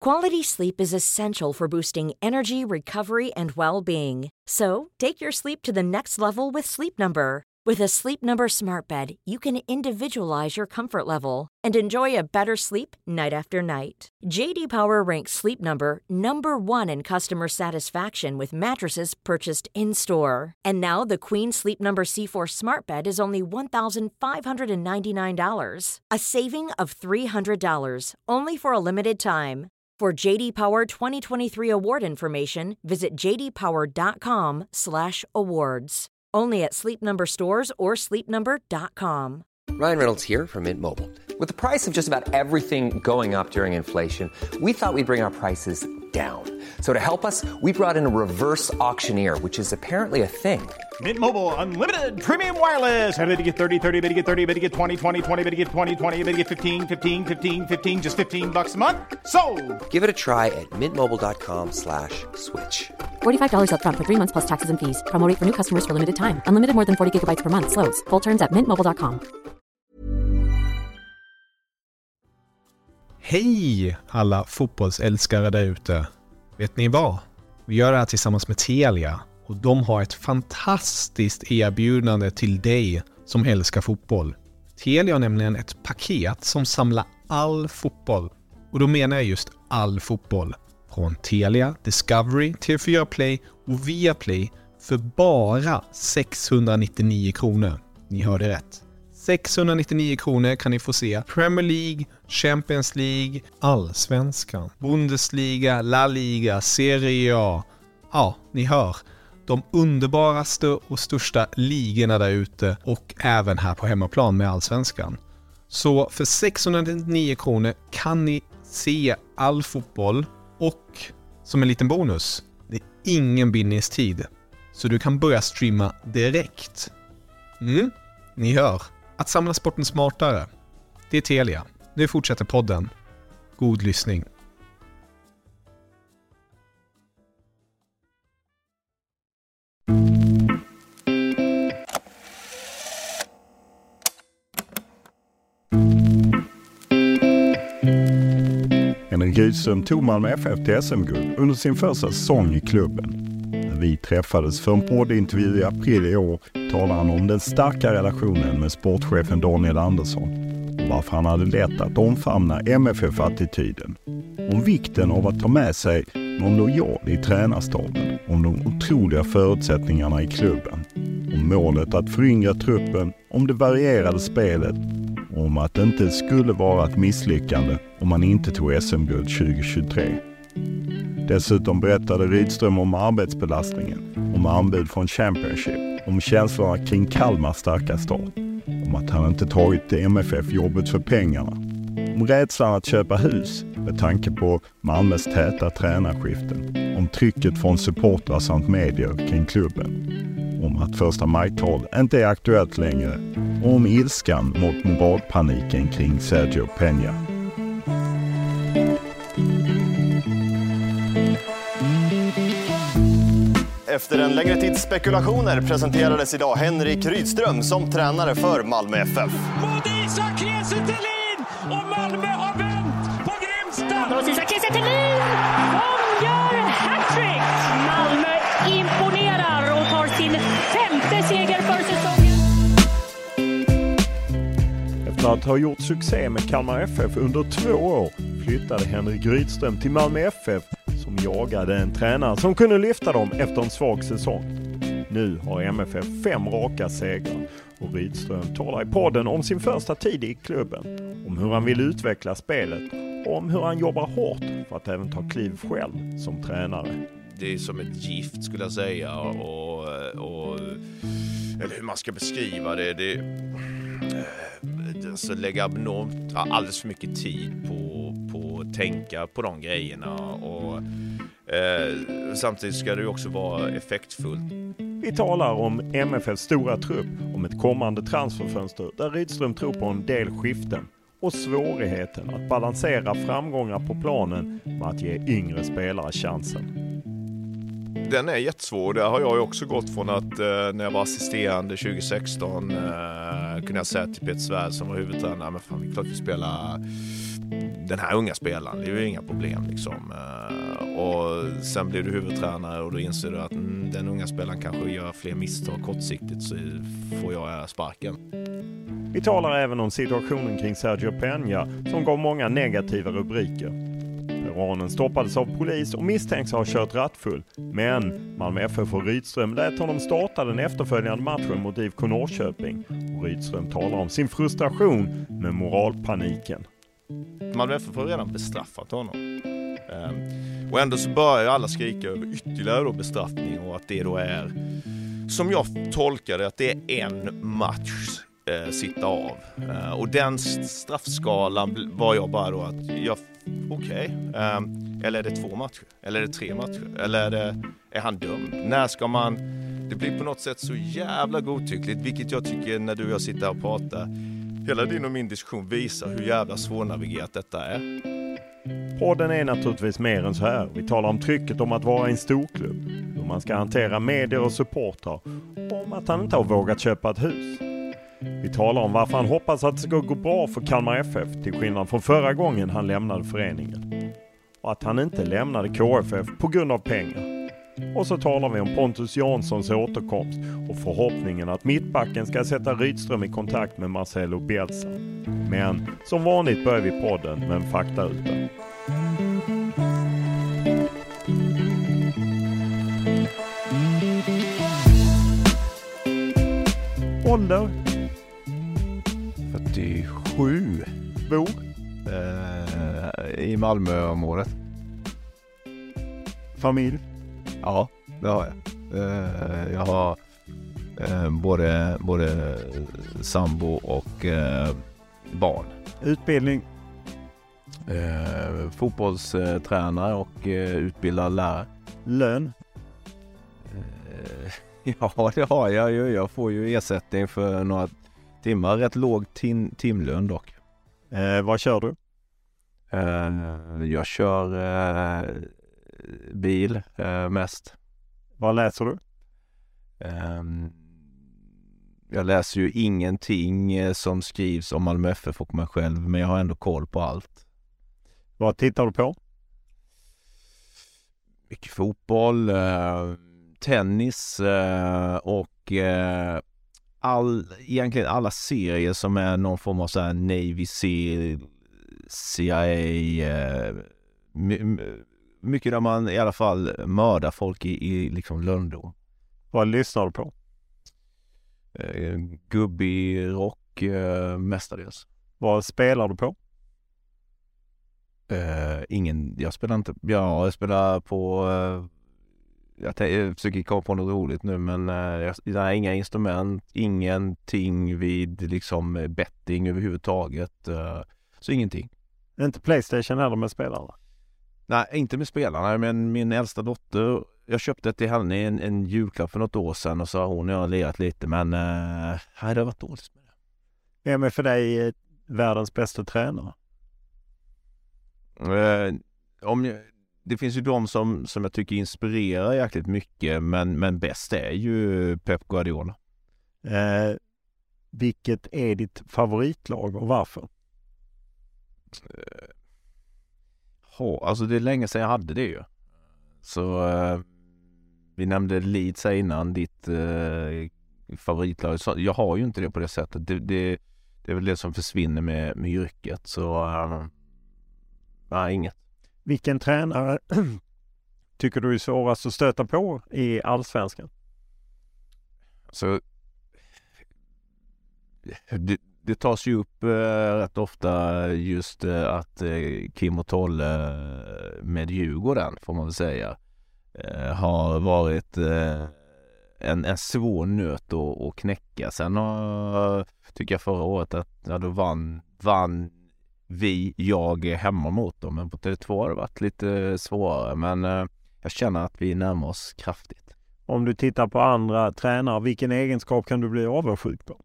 Quality sleep is essential for boosting energy, recovery, and well-being. So, take your sleep to the next level with Sleep Number. With a Sleep Number smart bed, you can individualize your comfort level and enjoy a better sleep night after night. J.D. Power ranks Sleep Number #1 in customer satisfaction with mattresses purchased in-store. And now the Queen Sleep Number C4 smart bed is only $1,599, a saving of $300, only for a limited time. For JD Power 2023 award information, visit jdpower.com/awards. Only at Sleep Number stores or sleepnumber.com. Ryan Reynolds here from Mint Mobile. With the price of just about everything going up during inflation, we thought we'd bring our prices down. So to help us, we brought in a reverse auctioneer, which is apparently a thing. Mint Mobile Unlimited Premium Wireless. How to get 30, 30, bit to get 30, bit to get 20, 20, 20, bit to get 20, 20, bit to get 15, 15, 15, 15, just $15 a month? Sold! Give it a try at mintmobile.com/switch. $45 up front for 3 months plus taxes and fees. Promo rate for new customers for limited time. Unlimited more than 40 gigabytes per month. Slows full terms at mintmobile.com. Hej alla fotbollsälskare där ute. Vet ni vad? Vi gör det här tillsammans med Telia. Och de har ett fantastiskt erbjudande till dig som älskar fotboll. Telia har nämligen ett paket som samlar all fotboll. Och då menar jag just all fotboll. Från Telia, Discovery, TV4 Play och Viaplay för bara 699 kronor. Ni hörde rätt. 699 kronor kan ni få se Premier League, Champions League, Allsvenskan, Bundesliga, La Liga, Serie A. Ja, ni hör. De underbaraste och största ligorna där ute och även här på hemmaplan med Allsvenskan. Så för 699 kronor kan ni se all fotboll och som en liten bonus, det är ingen bindningstid. Så du kan börja streama direkt. Ni hör. Att samla sporten smartare. Det är Telia. Nu fortsätter podden. God lyssning. Henrik Rydström tog Malmö FF till SM-guld under sin första säsong i klubben. När vi träffades för en poddintervju i april i år talade han om den starka relationen med sportchefen Daniel Andersson och varför han hade lätt att omfamna MFF-attityden. Om vikten av att ta med sig någon lojal i tränarstaben, om de otroliga förutsättningarna i klubben, om målet att föryngra truppen, om det varierade spelet och om att det inte skulle vara ett misslyckande om man inte tog SM-guld 2023. Dessutom berättade Rydström om arbetsbelastningen, om anbud från Championship, om känslorna kring Kalmars starka start, om att han inte tagit det MFF-jobbet för pengarna, om rädslan att köpa hus med tanke på Malmös täta tränarskiften, om trycket från supportrar samt medier kring klubben, om att första majtal inte är aktuellt längre och om ilskan mot moralpaniken kring Sergio Peña. Efter en längre tids spekulationer presenterades idag Henrik Rydström som tränare för Malmö FF. Mot Isak Kiese Thelin och Malmö har vänt på Grimsta. Och Isak Kiese Thelin som gör hattrick. Malmö imponerar och tar sin 5:e seger för säsongen. Efter att ha gjort succé med Kalmar FF under 2 år flyttade Henrik Rydström till Malmö FF som jagade en tränare som kunde lyfta dem efter en svag säsong. Nu har MFF 5 raka segrar och Rydström talar i podden om sin första tid i klubben, om hur han vill utveckla spelet och om hur han jobbar hårt för att även ta kliv själv som tränare. Det är som ett gift skulle jag säga och eller hur man ska beskriva det. Så lägga alldeles för mycket tid på att tänka på de grejerna och samtidigt ska det ju också vara effektfullt. Vi talar om MFFs stora trupp, om ett kommande transferfönster där Rydström tror på en del skiften och svårigheten att balansera framgångar på planen med att ge yngre spelare chansen. Den är jättesvår. Där har jag ju också gått från att när jag var assisterande 2016 kunde jag säga till Peter Svärd som var huvudtränare, men fan, det är klart vi spelar den här unga spelaren, det är ju inga problem liksom. Och sen blir du huvudtränare och då inser du att den unga spelaren kanske gör fler misstag kortsiktigt, så får jag sparken. Vi talar även om situationen kring Sergio Peña som gav många negativa rubriker. Peruanen stoppades av polis och misstänks ha kört rattfull. Men Malmö FF och Rydström lät honom starta den efterföljande matchen mot IFK Norrköping. Och Rydström talar om sin frustration med moralpaniken. Malmö FF har redan bestraffat honom. Och ändå så börjar alla skrika över ytterligare då bestraffning, och att det då är, som jag tolkar det, att det är en match sitta av. Och den straffskalan var jag bara då att eller är det 2 matcher? Eller är det 3 matcher? Eller är han dömd? När ska man... Det blir på något sätt så jävla godtyckligt, vilket jag tycker när du och jag sitter här och pratar, hela din och min diskussion visar hur jävla svårnavigerat detta är. Podden är naturligtvis mer än så här. Vi talar om trycket om att vara en storklubb, hur man ska hantera medier och supportrar, och om att han inte har vågat köpa ett hus. Vi talar om varför han hoppas att det ska gå bra för Kalmar FF till skillnad från förra gången han lämnade föreningen. Och att han inte lämnade KFF på grund av pengar. Och så talar vi om Pontus Janssons återkomst och förhoppningen att mittbacken ska sätta Rydström i kontakt med Marcelo Bielsa. Men som vanligt börjar vi podden med en faktaruta. Ålder? 47. Bor? I Malmöområdet. Familj? Ja, det har jag. Jag har både sambo och barn. Utbildning? Fotbollstränare och utbildad lärare. Lön? Ja, det har jag ju. Jag får ju ersättning för några timmar. Rätt låg timlön dock. Vad kör du? Jag kör bil mest. Vad läser du? Jag läser ju ingenting som skrivs om Malmö FF och mig själv, men jag har ändå koll på allt. Vad tittar du på? Mycket fotboll, tennis och egentligen alla serier som är någon form av så här Navy Seal, CIA, mycket där man i alla fall mördar folk i liksom London. Vad lyssnar du på? Gubbi rock mestadels. Vad spelar du på? Jag spelar inte. Ja, jag spelar på jag försöker komma på något roligt nu, men jag har inga instrument, ingenting vid liksom betting överhuvudtaget. Så ingenting. Inte PlayStation heller med spelarna? Nej, inte med spelarna, men min äldsta dotter, jag köpte till henne en julklapp för något år sedan och så har hon och jag lerat lite, men nej, det har varit dåligt med det. Vem är för dig världens bästa tränare? Det finns ju de som jag tycker inspirerar jäkligt mycket, men bäst är ju Pep Guardiola. Vilket är ditt favoritlag och varför? Alltså det är länge sedan jag hade det ju. Så vi nämnde Leeds innan, ditt favoritlag. Så jag har ju inte det på det sättet. Det är väl det som försvinner med yrket. Så nej, inget. Vilken tränare tycker du är svårast att stöta på i Allsvenskan? Så det tas ju upp rätt ofta just att Kim och Tolle med Djurgården, får man väl säga, har varit en svår nöt att knäcka. Sen tycker jag förra året att då vann jag hemma mot dem, men på Tele2 har det varit lite svårare, men jag känner att vi närmar oss kraftigt. Om du tittar på andra tränare, vilken egenskap kan du bli avundsjuk på?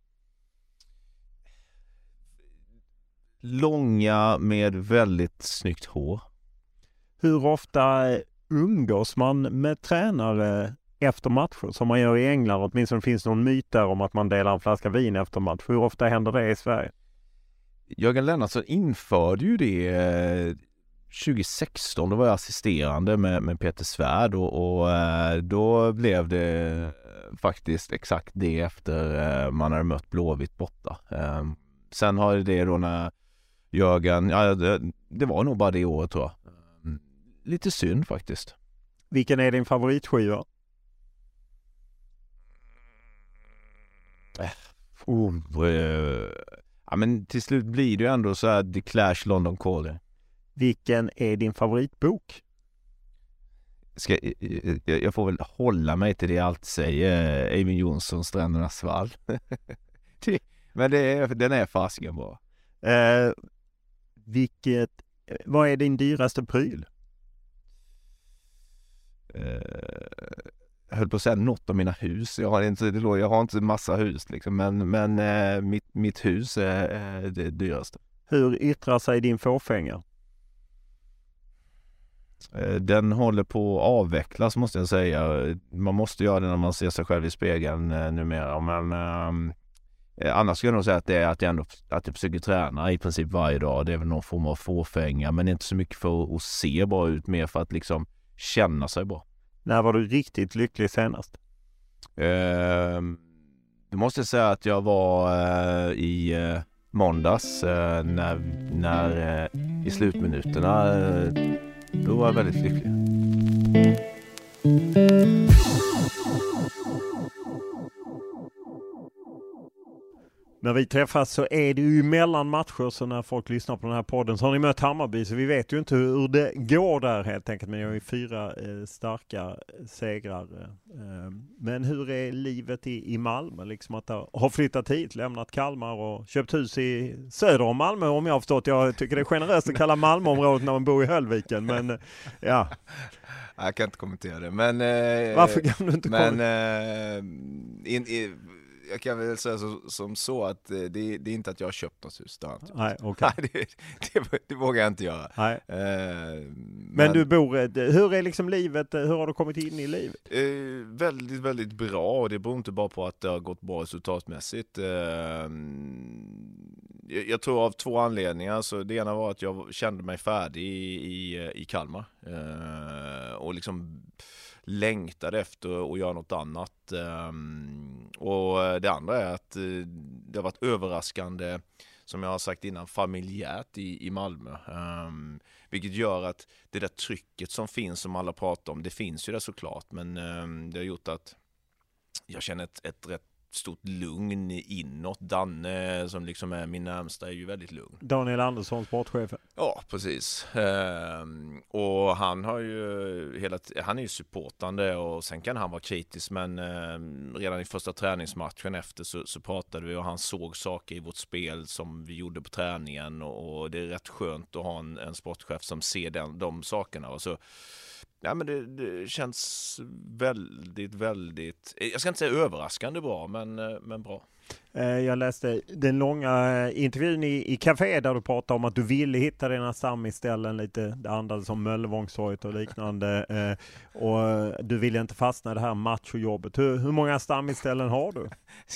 Långa med väldigt snyggt hår. Hur ofta umgås man med tränare efter matcher som man gör i England? Åtminstone finns någon myt där om att man delar en flaska vin efter match. Hur ofta händer det i Sverige? Jörgen Lennartsson införde ju det 2016. Då var jag assisterande med Peter Svärd och då blev det faktiskt exakt det efter man hade mött Blåvitt borta. Sen har det då när Jörgen, det var nog bara det året tror jag. Lite synd faktiskt. Vilken är din favoritskiva? Ja, men till slut blir det ju ändå så här The Clash, London Calling. Vilken är din favoritbok? Jag får väl hålla mig till det jag alltid säger. Eivind Johnson, Strändernas vall. Men den är fasken bra. Vad är din dyraste pryl? Jag höll på att säga något om mina hus. Jag har inte massa hus liksom, men mitt hus är det dyraste. Hur yttrar sig din fåfänga? Den håller på att avvecklas måste jag säga. Man måste göra det när man ser sig själv i spegeln numera. Men annars skulle jag nog säga att det är att jag försöker träna i princip varje dag. Det är väl någon form av fåfänga, men inte så mycket för att se bra ut, mer för att liksom känna sig bra. När var du riktigt lycklig senast? Det måste jag säga att jag var i måndags när i slutminuterna då var jag väldigt lycklig. När vi träffas så är det ju mellan matcher, så när folk lyssnar på den här podden så har ni mött Hammarby, så vi vet ju inte hur det går där helt enkelt, men jag har ju 4 starka segrar. Men hur är livet i Malmö? Liksom att ha flyttat hit, lämnat Kalmar och köpt hus i söder om Malmö, om jag har förstått. Jag tycker det är generöst att kalla Malmöområdet när man bor i Höllviken, men ja. Jag kan inte kommentera det, men varför kan du inte jag kan väl säga som så att det är inte att jag har köpt något hus. Nej, okay. det vågar jag inte göra. Nej. Men du bor, hur är liksom livet, hur har du kommit in i livet? Väldigt, väldigt bra, och det beror inte bara på att det har gått bra resultatmässigt. Jag tror av 2 anledningar. Så det ena var att jag kände mig färdig i Kalmar och liksom längtade efter att göra något annat. Och det andra är att det har varit överraskande, som jag har sagt innan, familjärt i Malmö. Vilket gör att det där trycket som finns, som alla pratar om, det finns ju där såklart, men det har gjort att jag känner ett rätt stort lugn inåt. Danne, som liksom är min närmsta, är ju väldigt lugn. Daniel Andersson, sportchef. Ja, precis. Och han är ju supportande, och sen kan han vara kritisk, men redan i första träningsmatchen efter så pratade vi, och han såg saker i vårt spel som vi gjorde på träningen, och det är rätt skönt att ha en sportchef som ser de sakerna. Och så ja, men det känns väldigt, väldigt, jag ska inte säga överraskande bra, men bra. Jag läste den långa intervjun i Café där du pratade om att du ville hitta dina stammisställen lite, det andades som Möllevångstorget och liknande, och du ville inte fastna i det här machojobbet. Hur många stammisställen har du?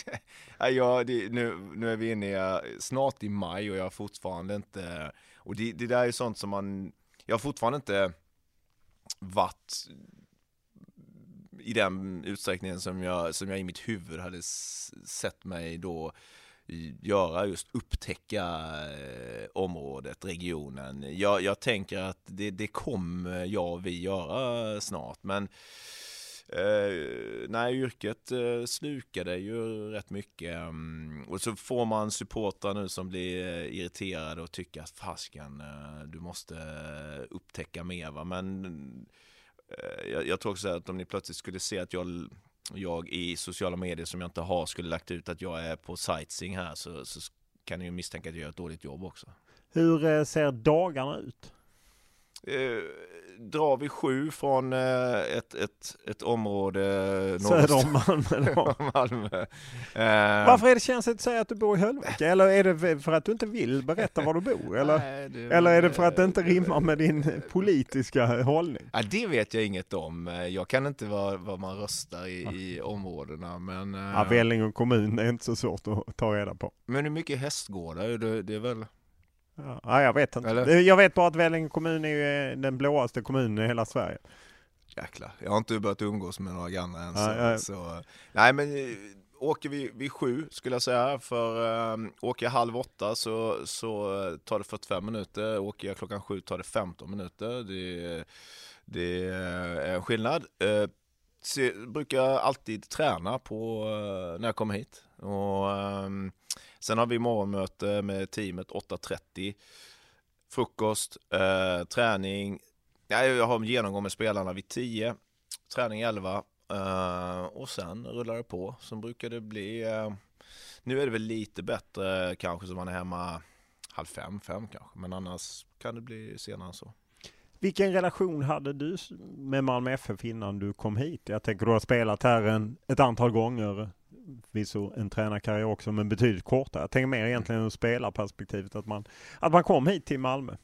Nu är vi inne snart i maj, och jag har fortfarande inte, och det där är sånt som jag har fortfarande inte varit i den utsträckningen som jag i mitt huvud hade sett mig då göra, just upptäcka området, regionen. Jag tänker att det kommer vi göra snart, men yrket slukade ju rätt mycket, och så får man supportrar nu som blir irriterade och tycker att fasken, du måste upptäcka mer, va? Men jag tror också att om ni plötsligt skulle se att jag i sociala medier som jag inte har skulle lagt ut att jag är på sightseeing här, så kan ni ju misstänka att jag gör ett dåligt jobb också. Hur ser dagarna ut? Drar vi 7 från ett område söder om Malmö. Varför är det känsligt att säga att du bor i Höllvika? Eller är det för att du inte vill berätta var du bor? Eller, eller är det för att det inte rimmar med din politiska hållning? Ja, det vet jag inget om. Jag kan inte vad man röstar i områdena. Men Vellinge kommun är inte så svårt att ta reda på. Men hur mycket hästgårdar? Det är väl Ja, jag vet inte. Eller? Jag vet bara att Vellinge kommun är ju den blåaste kommunen i hela Sverige. Jäklar, jag har inte börjat umgås med några grannar än. Ja. Så, nej, men åker vi vid 7 skulle jag säga. För åker jag 7:30 så tar det 45 minuter. Åker jag klockan 7 tar det 15 minuter. Det är en skillnad. Brukar alltid träna på när jag kommer hit. Och sen har vi morgonmöte med teamet 8:30. Frukost, träning. Jag har en genomgång med spelarna vid 10. Träning 11. Och sen rullar det på. Så brukar det bli... nu är det väl lite bättre kanske som man är hemma 4:30, 5 kanske. Men annars kan det bli senare så. Vilken relation hade du med Malmö FF innan du kom hit? Jag tänker du har spelat här ett antal gånger. Visst en tränarkarriär också, men betydligt kortare. Jag tänker mer egentligen ur spelarperspektivet att man kom hit till Malmö.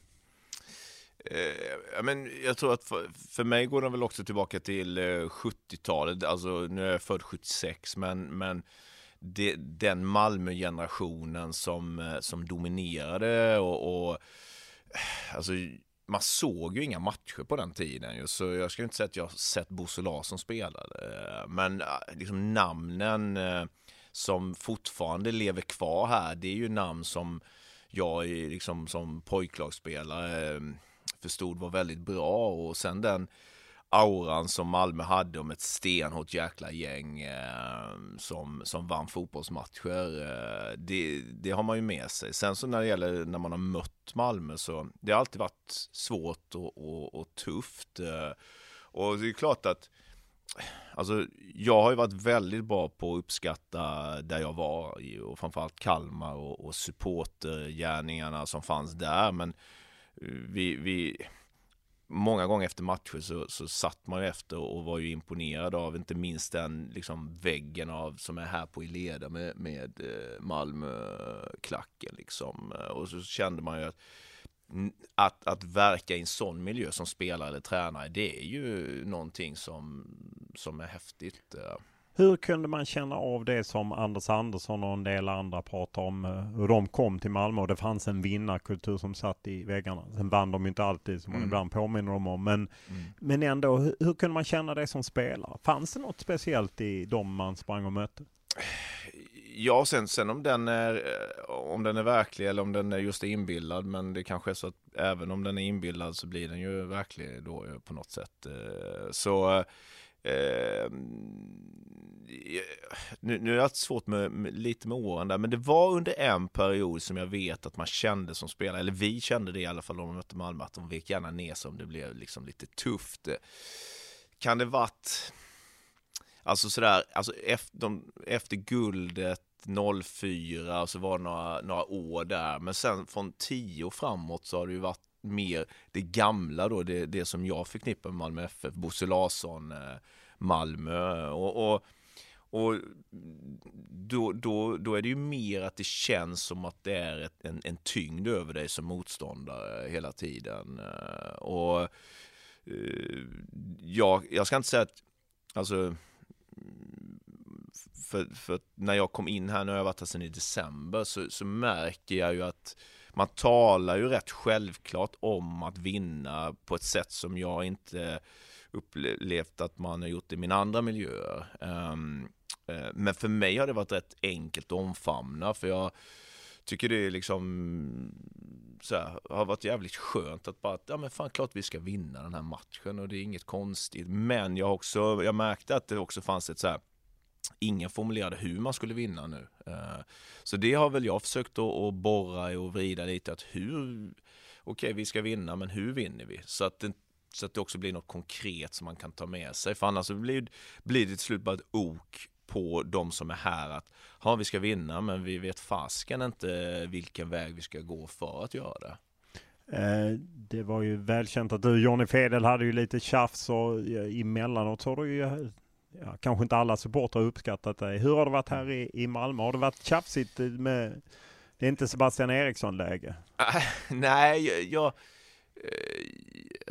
Men jag tror att för mig går den väl också tillbaka till 70-talet. Alltså nu är jag född 76, men den Malmö-generationen som dominerade och alltså man såg ju inga matcher på den tiden ju, så jag skulle inte säga att jag sett Bosse Larsson spelade, men liksom namnen som fortfarande lever kvar här, det är ju namn som jag liksom som pojklagsspelare förstod var väldigt bra, och sen den auran som Malmö hade om ett stenhårt jäkla gäng som vann fotbollsmatcher, det har man ju med sig. Sen så när det gäller när man har mött Malmö, så det har alltid varit svårt och tufft, och det är klart att alltså, jag har ju varit väldigt bra på att uppskatta där jag var och framförallt Kalmar och supportergärningarna som fanns där, men vi många gånger efter matcher så satt man ju efter och var ju imponerad av inte minst den liksom väggen av som är här på Ileda med Malmö-klacken liksom, och så kände man ju att verka i en sån miljö som spelare eller tränare, det är ju någonting som är häftigt. Hur kunde man känna av det som Anders Andersson och en del andra pratar om, hur de kom till Malmö och det fanns en vinnarkultur som satt i väggarna. Sen vann de inte alltid som man ibland påminner dem om, men ändå, hur kunde man känna det som spelare? Fanns det något speciellt i dem man sprang och mötte? Ja, sen om den är verklig eller om den är just inbillad, men det kanske är så att även om den är inbillad så blir den ju verklig då på något sätt. Så nu är det alltid svårt lite med åren där, men det var under en period som jag vet att man kände som spelare, eller vi kände det i alla fall om de mötte Malmö, att de vek gärna ner sig om det blev liksom lite tufft. Kan det varit alltså sådär, alltså efter guldet 04 så var det några år där, men sen från 10 framåt så har det ju varit mer det gamla då, det som jag förknippar med Malmö FF, Bosse Larsson, Malmö och då är det ju mer att det känns som att det är en tyngd över dig som motståndare hela tiden, och jag ska inte säga att alltså för när jag kom in här, när jag varit här sedan i december, så märker jag ju att man talar ju rätt självklart om att vinna på ett sätt som jag inte upplevt att man har gjort i mina andra miljöer. Men för mig har det varit rätt enkelt att omfamna, för jag tycker det är liksom så här, har varit jävligt skönt att bara, ja men fan klart vi ska vinna den här matchen och det är inget konstigt. Men jag märkte att det också fanns ett så här, ingen formulerade hur man skulle vinna nu. Så det har väl jag försökt att borra och vrida lite, att okej, vi ska vinna, men hur vinner vi? Så att det också blir något konkret som man kan ta med sig. För annars så blir det till slut bara ett ok på de som är här att vi ska vinna, men vi vet fasken inte vilken väg vi ska gå för att göra det. Det var ju välkänt att du, Johnny Fedel, hade ju lite tjafs och emellanåt så har du ju kanske inte alla supportrar uppskattat dig. Hur har det varit här i Malmö? Har det varit tjafsigt med, det är inte Sebastian Eriksson-läge? Nej, jag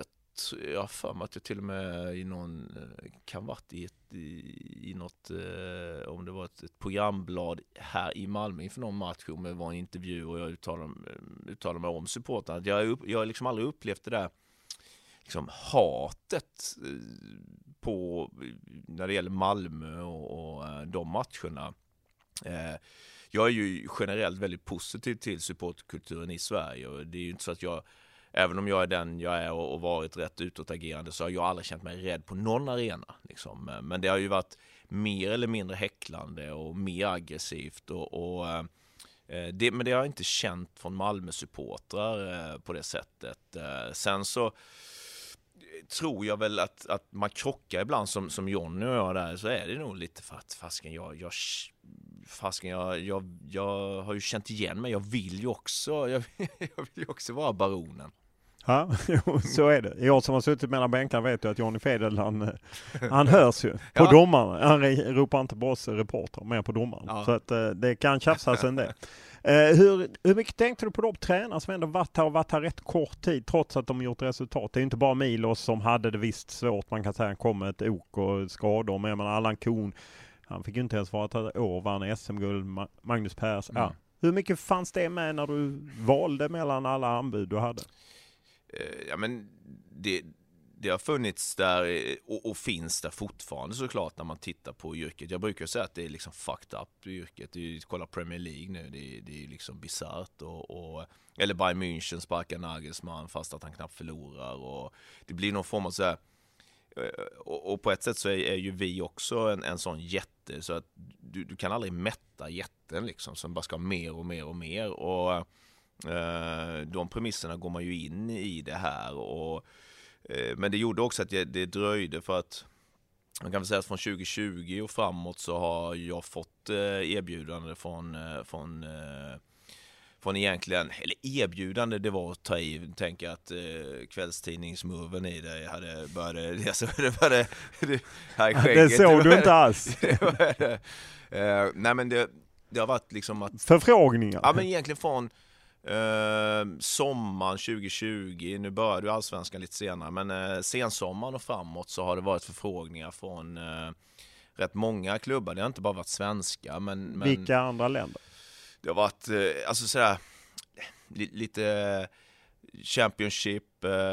jag har för mig att jag till och med i någon, kan varit i något, om det var ett programblad här i Malmö inför någon match, om det var en intervju och jag uttalade mig om supportarna. Jag har liksom aldrig upplevt det där liksom hatet på när det gäller Malmö och de matcherna. Jag är ju generellt väldigt positiv till supportkulturen i Sverige, och det är ju inte så att jag, även om jag är den jag är och varit rätt utåtagerande, så har jag aldrig känt mig rädd på någon arena liksom. Men det har ju varit mer eller mindre häcklande och mer aggressivt men det har jag inte känt från Malmö-supportrar på det sättet. Sen så tror jag väl att man krockar ibland som Jonny och jag där, så är det nog lite för att jag har ju känt igen mig. Jag vill ju också vara baronen. Ja, så är det. Jag som har suttit mellan bänkar vet ju att Jonny Fedel, han hörs ju på domaren. Han ropar inte på oss reporter, mer på domaren. Ja. Så att det kan tjafsas en del. Hur mycket tänkte du på de tränare som ändå varit här rätt kort tid trots att de gjort resultat? Det är inte bara Milos som hade det visst svårt. Man kan säga han kom med ett ok och skador. Men Allan Kuhn, han fick ju inte ens vara ett år, vann SM-guld, Magnus Pers. Mm. Ja. Hur mycket fanns det med när du valde mellan alla anbud du hade? Ja, men det har funnits där och finns där fortfarande såklart när man tittar på yrket. Jag brukar säga att det är liksom fucked up yrket. Kolla Premier League nu, det är liksom bizarrt. Eller Bayern München sparkar Nagelsmann fast att han knappt förlorar. Och det blir någon form av så här. Och på ett sätt så är ju vi också en sån jätte, så att du kan aldrig mätta jätten liksom, som bara ska ha mer och mer och mer. Och de premisserna går man ju in i det här. Men det gjorde också att det dröjde, för att man kan väl säga att från 2020 och framåt så har jag fått erbjudande från egentligen, eller erbjudande, det var att ta i, tänker att kvällstidningsmoven i det hade börjat, det såg du inte alls. Nej, men det har varit liksom att förfrågningar. Ja, men egentligen från sommaren 2020, nu började ju Allsvenskan lite senare, men sensommaren och framåt så har det varit förfrågningar från rätt många klubbar. Det har inte bara varit svenska, men vilka andra länder? Det har varit alltså sådär lite Championship,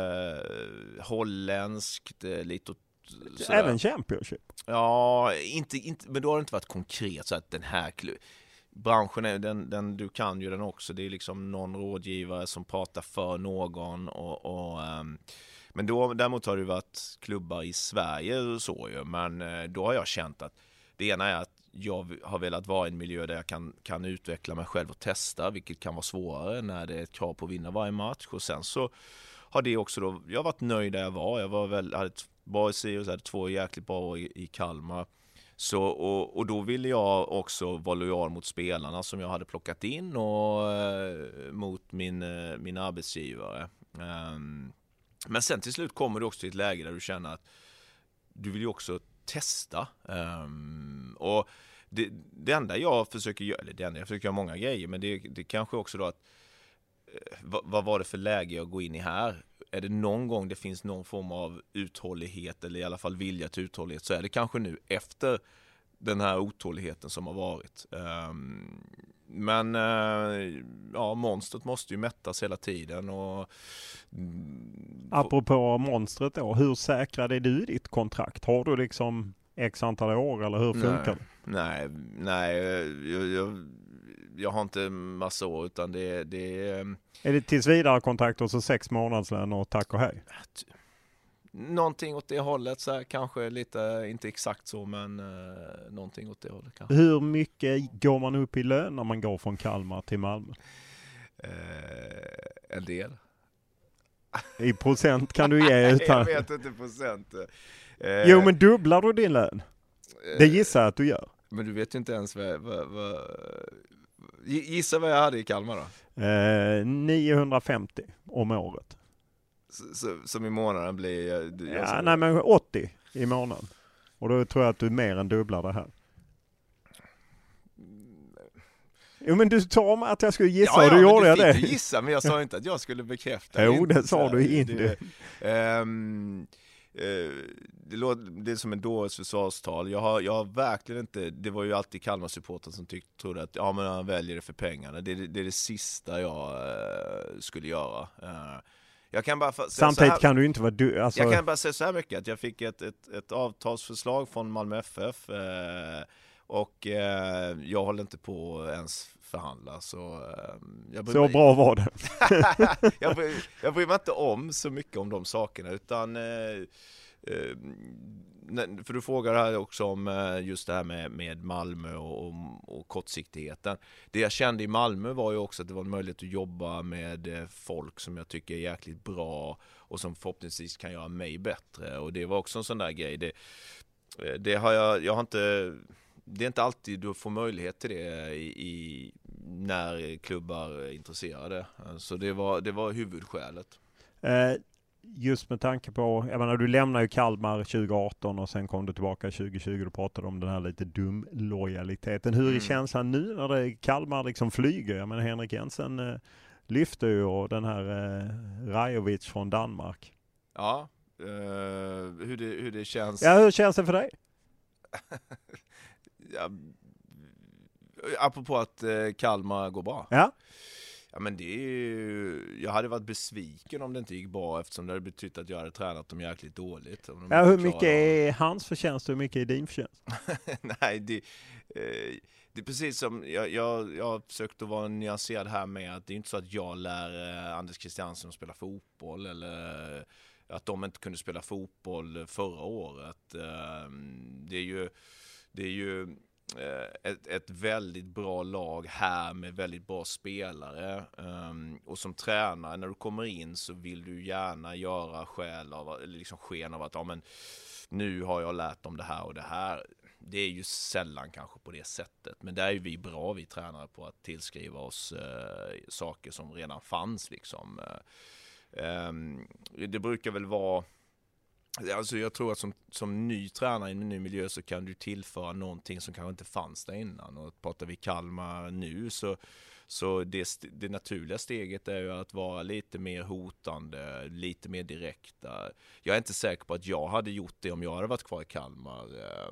holländskt, lite sådär. Även Championship? Ja, inte, men då har det inte varit konkret så att den här branschen är den du kan ju den också. Det är liksom någon rådgivare som pratar för någon men då däremot har det varit klubbar i Sverige och så ju, men då har jag känt att det ena är att jag har velat vara i en miljö där jag kan utveckla mig själv och testa, vilket kan vara svårare när det är ett krav på att vinna varje match. Och sen så har det också då, jag har varit nöjd där jag var. Jag hade ett bra i Sirius, hade 2 jäkligt bra år i Kalmar. Så, och då ville jag också vara lojal mot spelarna som jag hade plockat in och mot min arbetsgivare. Men sen till slut kommer du också till ett läge där du känner att du vill ju också testa. Och det enda jag försöker göra, eller det enda jag försöker göra många grejer, men det kanske också då att vad var det för läge jag går in i här? Är det någon gång det finns någon form av uthållighet, eller i alla fall vilja till uthållighet, så är det kanske nu efter den här otåligheten som har varit. Men ja, monstret måste ju mättas hela tiden. Och apropå monstret då, hur säkrade är du ditt kontrakt? Har du liksom x antal år, eller hur funkar det? Nej, jag har inte massa år, utan det är det tills vidare kontrakt och så 6 månadslön och tack och hej? Någonting åt det hållet, så här, kanske lite, inte exakt så, men någonting åt det hållet kanske. Hur mycket går man upp i lön när man går från Kalmar till Malmö? En del. I procent kan du ge utan... Jag vet inte procent. Jo, men dubblar du din lön? Det gissar att du gör. Men du vet ju inte ens gissa vad jag hade i Kalmar då? 950 om året. Som i månaden blir... nej, men 80 i månaden. Och då tror jag att du mer än dubblar det här. Jo, men du sa mig att jag skulle gissa, och du gjorde jag det. Du gissa, men jag sa inte att jag skulle bekräfta. Jo, det sa du in det. Det är som en dåres försvarstal. Jag har verkligen inte, det var ju alltid Kalmar-supportrar som trodde att men han väljer det för pengarna. Det är det sista jag skulle göra. Jag kan bara samtidigt här, kan du inte vara jag kan bara säga så här mycket, att jag fick ett avtalsförslag från Malmö FF och jag håller inte på ens förhandla, så bra var det. jag bryr mig inte om så mycket om de sakerna, utan för du frågar här också om just det här med Malmö och kortsiktigheten. Det jag kände i Malmö var ju också att det var en möjlighet att jobba med folk som jag tycker är jäkligt bra och som förhoppningsvis kan göra mig bättre, och det var också en sån där grej. Det har jag har inte. Det är inte alltid du får möjlighet till det när klubbar är intresserade. Så det var huvudskälet. Just med tanke på, jag menar, du lämnade ju Kalmar 2018 och sen kom du tillbaka 2020 och pratade om den här lite dum lojaliteten. Hur är känslan nu när det Kalmar liksom flyger? Jag menar, Henrik Jensen lyfter ju, och den här Rajovic från Danmark. Ja, hur det känns. Ja, hur känns det för dig? Ja, apropå att Kalmar går bra. Ja. Ja, men jag hade varit besviken om det inte gick bra, eftersom det hade betytt att jag hade tränat dem jäkligt dåligt. Hur mycket är hans förtjänst och hur mycket är din förtjänst? Nej, det är precis som jag har försökt att vara nyanserad här med att det är inte så att jag lär Anders Christiansen att spela fotboll, eller att de inte kunde spela fotboll förra året. Det är ju ett väldigt bra lag här med väldigt bra spelare, och som tränare, när du kommer in så vill du gärna göra sken av att men nu har jag lärt dem det här och det här. Det är ju sällan kanske på det sättet, men där är ju vi bra, vi tränare, på att tillskriva oss saker som redan fanns liksom. Det brukar väl vara, alltså jag tror att som ny tränare i en ny miljö så kan du tillföra någonting som kanske inte fanns där innan. Och pratar vi Kalmar nu så det naturliga steget är ju att vara lite mer hotande, lite mer direkta. Jag är inte säker på att jag hade gjort det om jag hade varit kvar i Kalmar.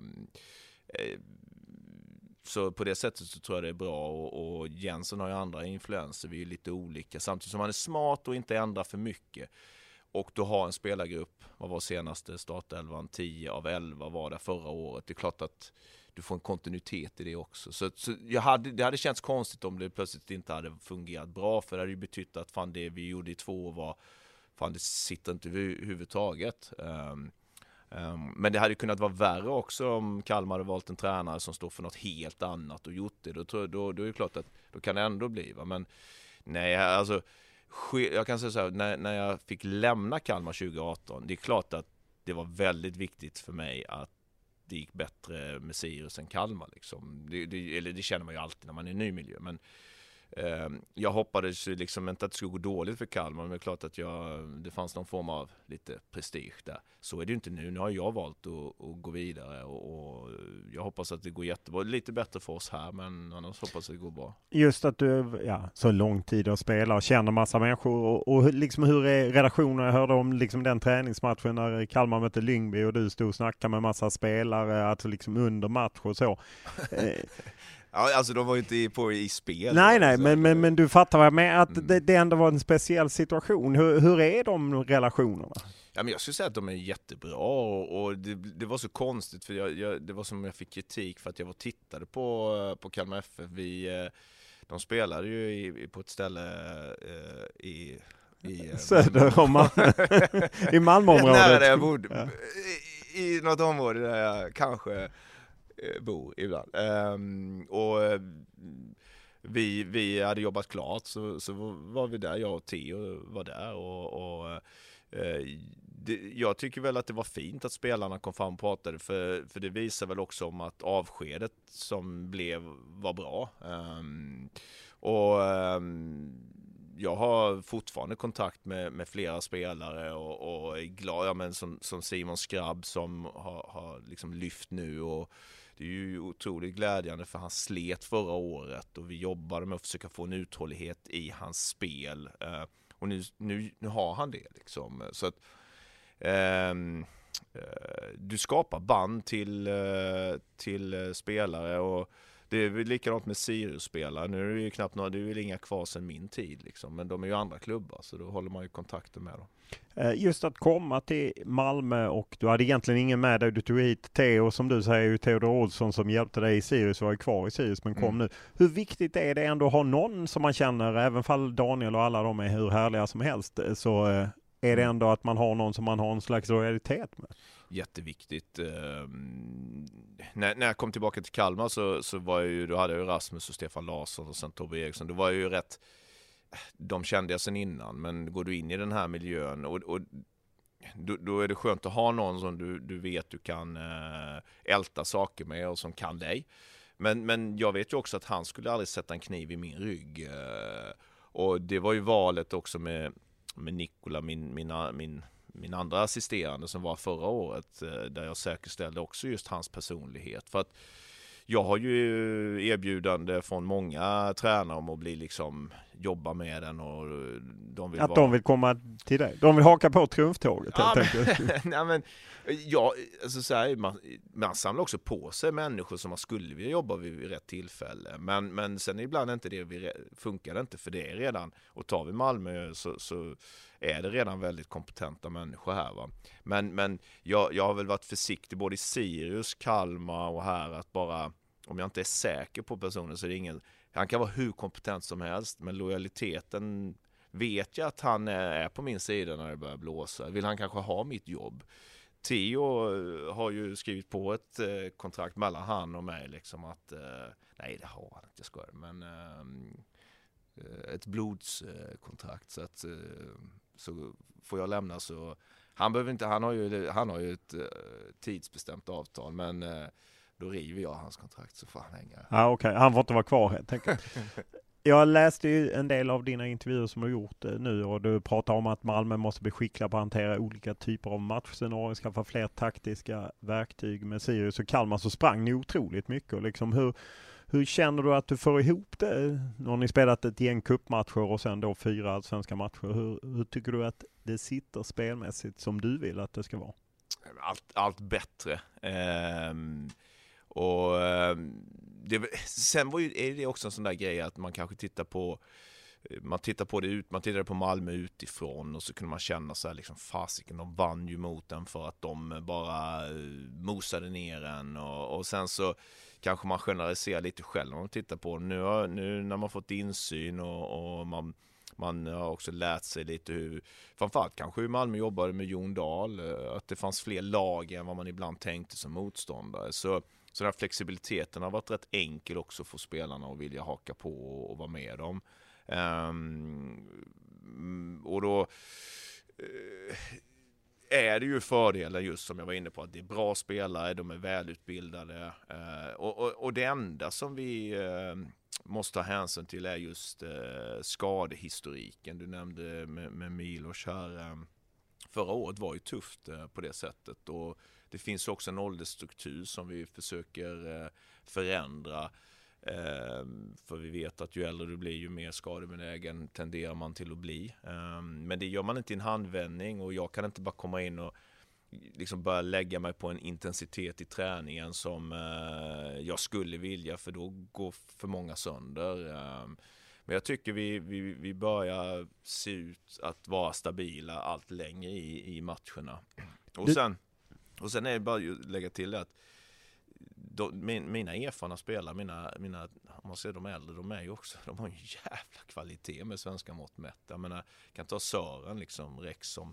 Så på det sättet så tror jag det är bra, och Jensen har ju andra influenser, vi är lite olika, samtidigt som han är smart och inte ändrar för mycket. Och du har en spelargrupp, vad var senaste startelvan, 10 av 11 var där förra året. Det är klart att du får en kontinuitet i det också. Så det hade känts konstigt om det plötsligt inte hade fungerat bra, för det hade ju betytt att det vi gjorde i 2 år var, det sitter inte överhuvudtaget. Men det hade kunnat vara värre också om Kalmar hade valt en tränare som står för något helt annat och gjort det. Då är det klart att då kan det ändå bli. Va? Men nej, alltså jag kan säga så här, när jag fick lämna Kalmar 2018, det är klart att det var väldigt viktigt för mig att det gick bättre med Sirius än Kalmar. Liksom. Det känner man ju alltid när man är i en ny miljö. Men jag hoppades liksom inte att det skulle gå dåligt för Kalmar, men det är klart att det fanns någon form av lite prestige där. Så är det ju inte nu. Nu har jag valt att gå vidare, och jag hoppas att det går jättebra. Lite bättre för oss här, men annars hoppas att det går bra. Just att du så lång tid att spela och känner massa människor, och liksom hur är relationen? Jag hörde om liksom den träningsmatchen när Kalmar mötte Lyngby och du stod och snackade med massa spelare, alltså liksom under match och så. Ja, alltså de var ju inte på i spel. Nej, men du fattar vad jag menar, att det ändå var en speciell situation. Hur är de relationerna? Ja, men jag skulle säga att de är jättebra, och det var så konstigt, för det var som jag fick kritik för att jag tittade på Kalmar FF. De spelade ju på ett ställe i söder om Malmö. I Malmöområdet. Nära där jag bodde. Ja. I något område där jag kanske bor ibland. Och vi hade jobbat klart, så var vi där, jag och Theo var där, och jag tycker väl att det var fint att spelarna kom fram och pratade, för det visar väl också om att avskedet som var bra. Jag har fortfarande kontakt med flera spelare, och är glad, men som Simon Skrabb som har liksom lyft nu, och det är ju otroligt glädjande för han slet förra året och vi jobbade med att försöka få en uthållighet i hans spel. Och nu har han det liksom. Så att du skapar band till spelare, och det är väl likadant med Sirius-spelare. Nu är det ju knappt några, det är väl inga kvar sedan min tid liksom, men de är ju andra klubbar, så då håller man ju kontakten med dem. Just att komma till Malmö, och du hade egentligen ingen med dig. Du tog hit Theo, som du säger, Theodor Olsson som hjälpte dig i Sirius, var ju kvar i Sirius men kom nu. Hur viktigt är det ändå att ha någon som man känner, även fall Daniel och alla de är hur härliga som helst, så är det ändå att man har någon som man har en slags lojalitet med? Jätteviktigt. När jag kom tillbaka till Kalmar så var jag ju, då hade jag ju Rasmus och Stefan Larsson och sen Tobbe Eriksson. Det var ju rätt, de kände jag sen innan, men går du in i den här miljön och då är det skönt att ha någon som du vet du kan älta saker med och som kan dig. Men jag vet ju också att han skulle aldrig sätta en kniv i min rygg. Och det var ju valet också med Nikola, min andra assisterande som var förra året, där jag säkerställde också just hans personlighet. För att jag har ju erbjudande från många tränare om att bli liksom, jobba med den, och de vill komma till dig. De vill haka på triumftåget. Alltså så här, man samlar också på sig människor som man skulle vilja jobba vid rätt tillfälle. Men sen ibland inte det funkar det inte, för det är redan, och tar vi Malmö så är det redan väldigt kompetenta människor här, va. Men jag har väl varit försiktig både i Sirius, Kalmar och här, att bara, om jag inte är säker på personen så är det ingen, han kan vara hur kompetent som helst, men lojaliteten vet jag att han är på min sida när det börjar blåsa. Vill han kanske ha mitt jobb? Theo har ju skrivit på ett kontrakt mellan han och mig liksom, att nej, det har han inte, skojar, men ett blodskontrakt, så att så får jag lämna, så han behöver inte, han har ju ett tidsbestämt avtal, men då river jag hans kontrakt, så får han hänga. Ja, okej. Han får inte vara kvar helt enkelt. Jag läste ju en del av dina intervjuer som du har gjort nu, och du pratar om att Malmö måste bli skickliga på att hantera olika typer av matchscenarier, skaffa fler taktiska verktyg. Med Sirius och Kalmar så sprang ni otroligt mycket, och liksom hur känner du att du får ihop det? Nu har ni spelat ett gäng cupmatcher och sen då 4 allsvenska matcher. Hur tycker du att det sitter spelmässigt som du vill att det ska vara? Allt bättre. Sen är det också en sån där grej att man kanske tittar på Malmö utifrån, och så kunde man känna så här liksom, fasiken, de vann ju mot den för att de bara mosade ner en, och sen så kanske man generaliserar lite själv när man tittar på nu när man fått insyn och man har också lärt sig lite hur, framförallt kanske hur Malmö jobbade med Jon Dahl, att det fanns fler lag än vad man ibland tänkte som motståndare. Så den här flexibiliteten har varit rätt enkel också för spelarna att vilja haka på och vara med dem. Och då är det ju fördelen, just som jag var inne på, att det är bra spelare, de är välutbildade, och det enda som vi måste ta hänsyn till är just skadehistoriken. Du nämnde med Milos här, förra året var ju tufft på det sättet, och det finns också en åldersstruktur som vi försöker förändra, för vi vet att ju äldre du blir, ju mer skadebenägen tenderar man till att bli. Men det gör man inte i en handvändning, och jag kan inte bara komma in och liksom börja lägga mig på en intensitet i träningen som jag skulle vilja, för då går för många sönder. Men jag tycker vi börjar se ut att vara stabila allt längre i matcherna. Och sen är det bara att lägga till att mina erfarna spelare, mina om man ser de äldre, de är ju också, de har en jävla kvalitet med svenska mått mätt. Jag menar, kan ta Sören liksom, Rex, som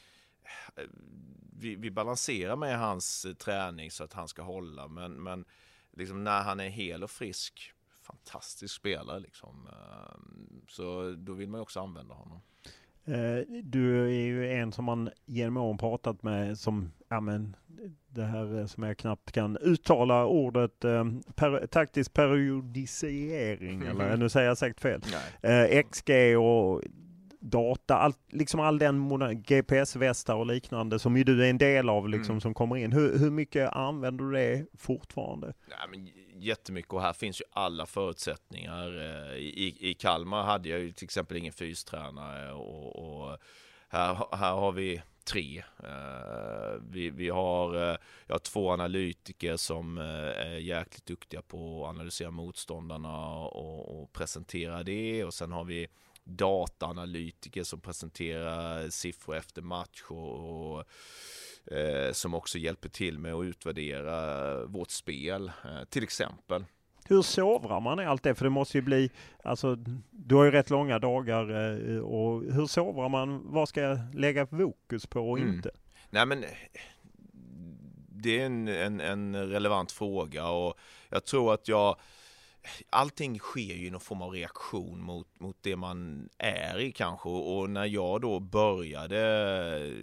vi balanserar med hans träning så att han ska hålla, men liksom när han är hel och frisk, fantastisk spelare liksom, så då vill man ju också använda honom. Du är ju en som man genom åren pratat med som, det här som jag knappt kan uttala ordet, taktisk periodisering, eller nu säger jag säkert fel. XG och data, liksom all den GPS-västar och liknande som ju du är en del av liksom, som kommer in. Hur mycket använder du det fortfarande? Ja, men jättemycket, och här finns ju alla förutsättningar. I Kalmar hade jag ju till exempel ingen fystränare och här har vi 3. Vi har, jag har 2 analytiker som är jäkligt duktiga på att analysera motståndarna och presentera det, och sen har vi dataanalytiker som presenterar siffror efter match och som också hjälper till med att utvärdera vårt spel till exempel. Hur sovrar man i allt det? För det måste ju bli, alltså du har ju rätt långa dagar, och hur sovrar man? Vad ska jag lägga fokus på och inte? Nej, men det är en relevant fråga, och jag tror att allting sker ju i någon form av reaktion mot det man är i kanske, och när jag då började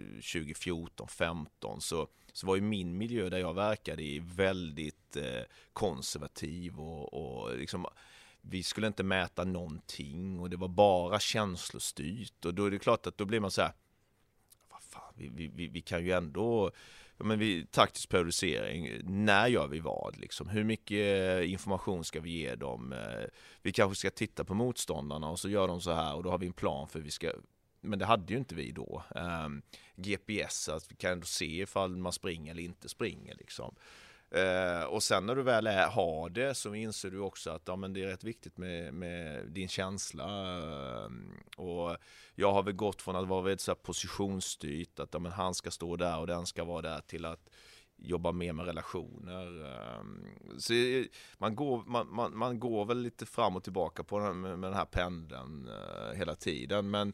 2014-15 så var ju min miljö där jag verkade i väldigt konservativ och liksom, vi skulle inte mäta någonting och det var bara känslostyrt, och då är det klart att då blir man så här, vad fan, vi kan ju ändå, men taktisk periodisering, när gör vi vad liksom? Hur mycket information ska vi ge dem? Vi kanske ska titta på motståndarna och så gör de så här, och då har vi en plan för vi ska, men det hade ju inte vi då. GPS, att vi kan ändå se ifall man springer eller inte springer liksom. Och sen när du väl har det så inser du också att men det är rätt viktigt med din känsla, och jag har väl gått från att vara väldigt så här positionsstyrt, att men han ska stå där och den ska vara där, till att jobba mer med relationer. Så man går väl lite fram och tillbaka på med den här pendeln hela tiden, men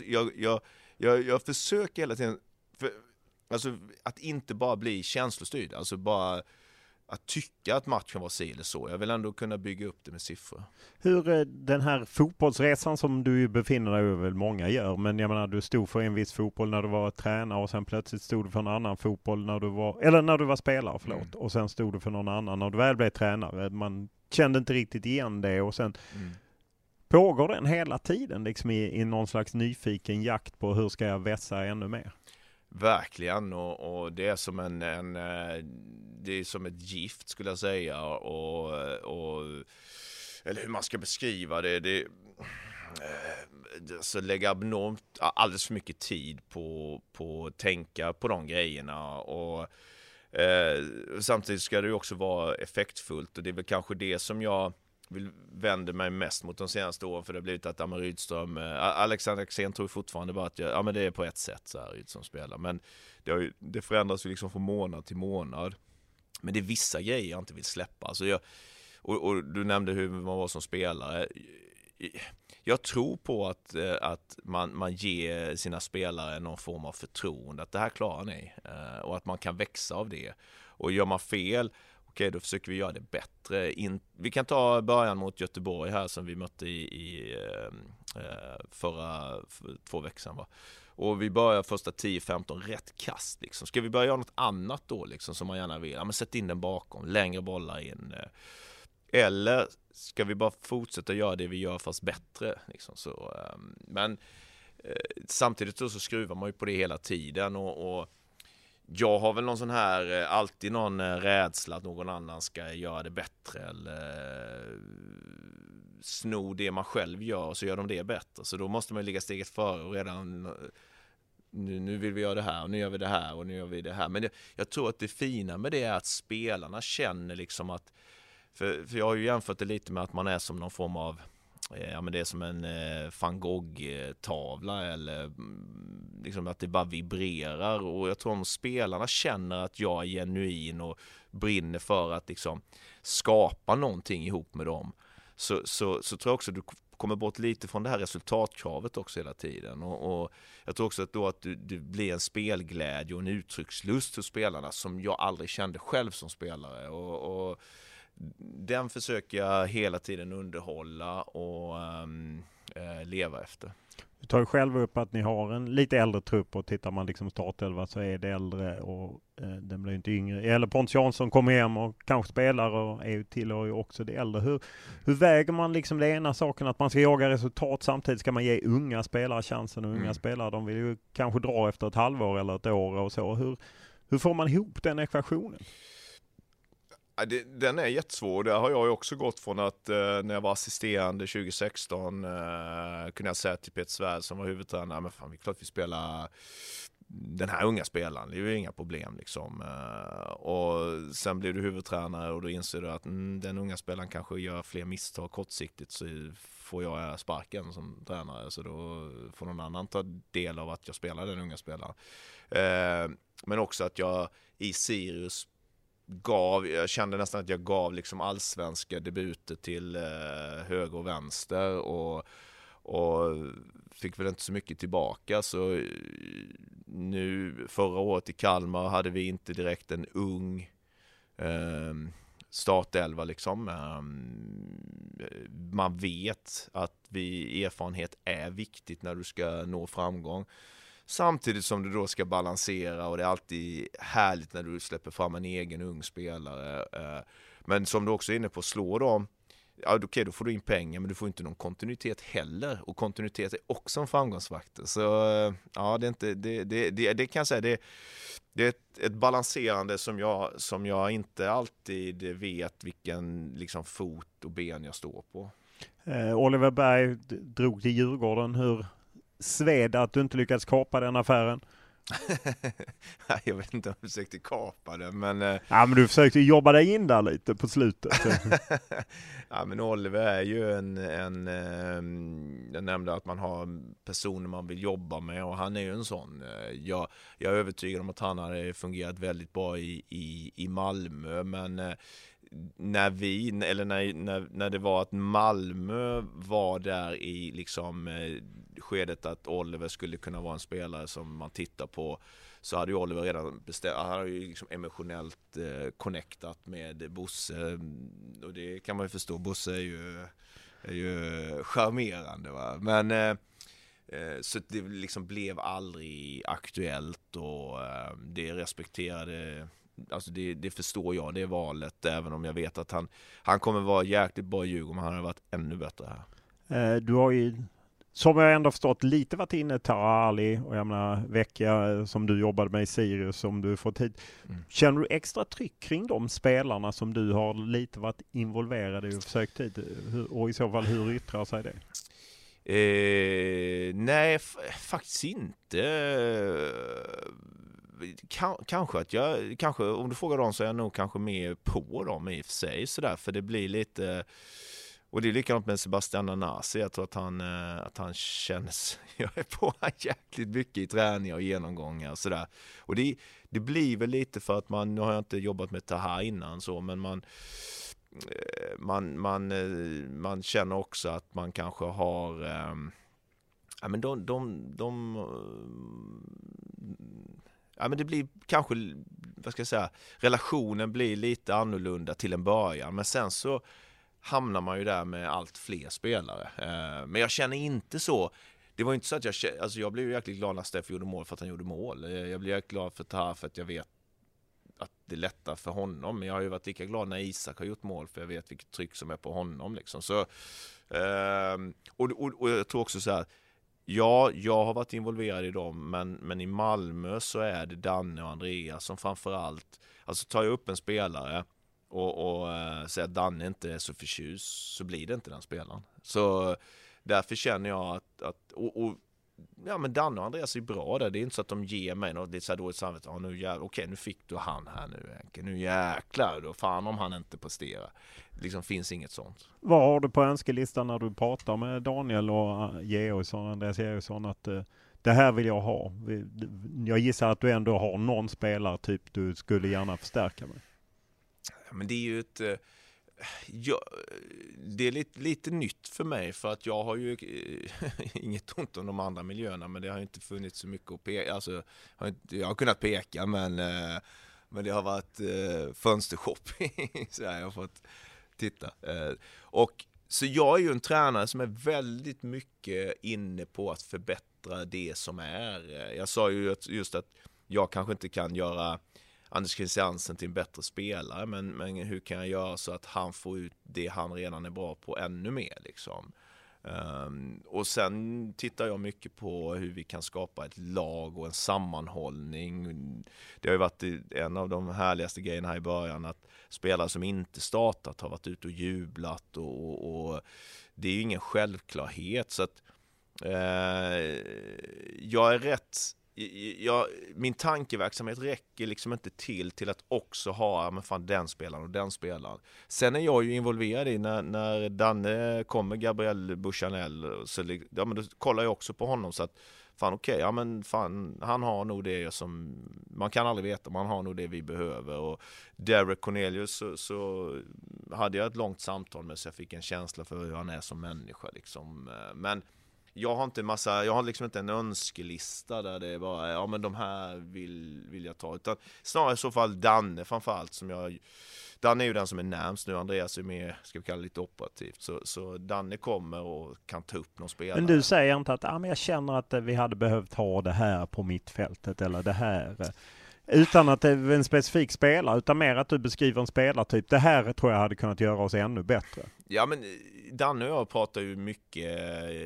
jag försöker hela tiden alltså att inte bara bli känslostyrd, alltså bara att tycka att matchen var si eller så. Jag vill ändå kunna bygga upp det med siffror. Hur den här fotbollsresan som du befinner dig över, många gör, men jag menar, du stod för en viss fotboll när du var tränare och sen plötsligt stod du för en annan fotboll när du var spelare, och sen stod du för någon annan när du väl blev tränare. Man kände inte riktigt igen det, och sen pågår den hela tiden liksom i någon slags nyfiken jakt på hur ska jag vässa ännu mer? Verkligen, och det är som det är som ett gift skulle jag säga, och eller hur man ska beskriva det så lägga alldeles för mycket tid på att tänka på de grejerna, och samtidigt ska det ju också vara effektfullt, och det är väl kanske det som jag vänder mig mest mot de senaste åren, för det har blivit att Rydström, Alexander Axén tror fortfarande bara att men det är på ett sätt så här Rydström spelar, men det förändras ju liksom från månad till månad, men det är vissa grejer jag inte vill släppa, alltså och du nämnde hur man var som spelare. Jag tror på att man ger sina spelare någon form av förtroende, att det här klarar ni, och att man kan växa av det, och gör man fel, okej, då försöker vi göra det bättre. Vi kan ta början mot Göteborg här som vi mötte i för 2 veckor sedan, va? Och vi börjar första 10-15 rätt kast liksom. Ska vi börja göra något annat då liksom, som man gärna vill? Ja, men sätt in den bakom, längre bollar in. Eller ska vi bara fortsätta göra det vi gör fast bättre liksom, så men samtidigt så skruvar man ju på det hela tiden, och jag har väl någon sån här, alltid någon rädsla att någon annan ska göra det bättre eller sno det man själv gör, så gör de det bättre. Så då måste man ligga steget före och redan nu vill vi göra det här, och nu gör vi det här, och nu gör vi det här. Men jag tror att det fina med det är att spelarna känner liksom att, för jag har ju jämfört det lite med att man är som någon form av, ja men det är som en van Gogh-tavla, eller liksom att det bara vibrerar, och jag tror om spelarna känner att jag är genuin och brinner för att liksom skapa någonting ihop med dem, så tror jag också att du kommer bort lite från det här resultatkravet också hela tiden, och jag tror också att då att du blir en spelglädje och en uttryckslust hos spelarna som jag aldrig kände själv som spelare, och den försöker jag hela tiden underhålla, och leva efter. Du tar ju själv upp att ni har en lite äldre trupp och tittar man liksom startelva så är det äldre och den blir inte yngre. Eller Pontus Jansson kommer hem och kanske spelar och tillhör ju också det äldre. Hur väger man liksom det ena saken att man ska jaga resultat samtidigt ska man ge unga spelare chansen och unga spelare de vill ju kanske dra efter ett halvår eller ett år och så. Hur får man ihop den ekvationen? Den är jättesvår. Där har jag ju också gått från att när jag var assisterande 2016 kunde jag säga till Peter Svärd som var huvudtränare, men fan, det är klart vi spelar den här unga spelaren, det är ju inga problem liksom. Och sen blev du huvudtränare och då inser du att den unga spelaren kanske gör fler misstag kortsiktigt, så får jag sparken som tränare, så då får någon annan ta del av att jag spelar den unga spelaren. Men också att jag i Sirius jag kände nästan att jag gav liksom allsvenska debuter till höger och vänster och fick väl inte så mycket tillbaka. Så nu förra året i Kalmar hade vi inte direkt en ung startelva liksom. Man vet att erfarenhet är viktigt när du ska nå framgång. Samtidigt som du då ska balansera, och det är alltid härligt när du släpper fram en egen ung spelare. Men som du också är inne på, slår dem, ja, okej, då får du in pengar, men du får inte någon kontinuitet heller. Och kontinuitet är också en framgångsfaktor. Så ja, det är inte, det kan jag säga, det är ett balanserande som jag inte alltid vet vilken liksom fot och ben jag står på. Oliver Berg drog till Djurgården. Hur sved att du inte lyckats kapa den affären? Jag vet inte om jag försökte kapa det, men... Ja, men du försökte jobba dig in där lite på slutet. Ja, men Oliver är ju jag nämnde att man har personer man vill jobba med, och han är ju en sån. Jag är övertygad om att han hade fungerat väldigt bra i Malmö, men när det var att Malmö var där i liksom skedet att Oliver skulle kunna vara en spelare som man tittar på, så hade ju Oliver redan bestämt, han har ju liksom emotionellt connectat med Bosse, och det kan man ju förstå. Bosse är ju charmerande, va? Men så det liksom blev aldrig aktuellt, och det respekterade. Alltså det förstår jag, det är valet, även om jag vet att han kommer vara jäkligt bra i Djurgården, men han har varit ännu bättre här. Du har ju, som jag ändå förstått, lite varit inne Taha Ali och jag menar Vecchia som du jobbade med i Sirius, som du fått hit. Känner du extra tryck kring de spelarna som du har lite varit involverad i och försökt hit? Och i så fall, hur yttrar sig det? Nej, faktiskt inte. Kanske om du frågar dem så är jag nog kanske mer på dem i och för sig sådär, för det blir lite, och det är likadant med Sebastian Nanasi. Jag tror att han känns, jag är på jäkligt mycket i träningar och genomgångar och sådär, och det blir väl lite för att nu har jag inte jobbat med Taha innan så, men man känner också att man kanske har men men det blir kanske, vad ska jag säga, relationen blir lite annorlunda till en början, men sen så hamnar man ju där med allt fler spelare. Men jag känner inte så. Det var inte så att jag blev ju jäkligt glad när Steff gjorde mål för att han gjorde mål. Jag blev jäkligt glad för Taha för att jag vet att det är lättare för honom. Men jag har ju varit lika glad när Isak har gjort mål, för jag vet vilket tryck som är på honom liksom. Så och jag tror också så här. Ja, jag har varit involverad i dem, men i Malmö så är det Danne och Andreas som framförallt, alltså tar jag upp en spelare och säger att Danne inte är så förtjust, så blir det inte den spelaren. Så därför känner jag att ja, men Danne och Andreas är bra där. Det är inte så att de ger mig något lite så här dåligt samvete. Okej, nu fick du han här nu, Henke. Nu jäklar då, fan om han inte presterar. Det liksom finns inget sånt. Vad har du på önskelistan när du pratar med Daniel och Georgsson, Andreas Georgsson, att det här vill jag ha? Jag gissar att du ändå har någon spelare typ du skulle gärna förstärka med. Ja, men det är ju det är lite nytt för mig, för att jag har ju inget ont om de andra miljöerna, men det har inte funnits så mycket att peka. Alltså, jag har kunnat peka, men det har varit fönstershopping så jag har fått titta. Och Så jag är ju en tränare som är väldigt mycket inne på att förbättra det som är. Jag sa ju just att jag kanske inte kan göra Anders Christiansen till en bättre spelare, men hur kan jag göra så att han får ut det han redan är bra på ännu mer liksom. Och sen tittar jag mycket på hur vi kan skapa ett lag och en sammanhållning. Det har ju varit en av de härligaste grejerna här i början, att spelare som inte startat har varit ute och jublat, och det är ju ingen självklarhet. Så att jag är rätt. Min tankeverksamhet räcker liksom inte till att också ha den spelaren och den spelaren. Sen är jag ju involverad i när Danne kommer, Gabriel Buchanel, så men då kollar jag också på honom, så att han har nog det som man kan aldrig veta, man har nog det vi behöver. Och Derek Cornelius så hade jag ett långt samtal med, så jag fick en känsla för hur han är som människa liksom. Men jag har liksom inte en önskelista där det är bara, men de här vill jag ta, utan snarare i så fall Danne framförallt, Danne är ju den som är närmst nu, Andreas är mer, ska vi kalla det, lite operativt, så Danne kommer och kan ta upp någon spelare. Men du säger inte att men jag känner att vi hade behövt ha det här på mittfältet eller det här, utan att det är en specifik spelare, utan mer att du beskriver en spelartyp. Det här tror jag hade kunnat göra oss ännu bättre. Ja, men Danne och jag pratar ju mycket,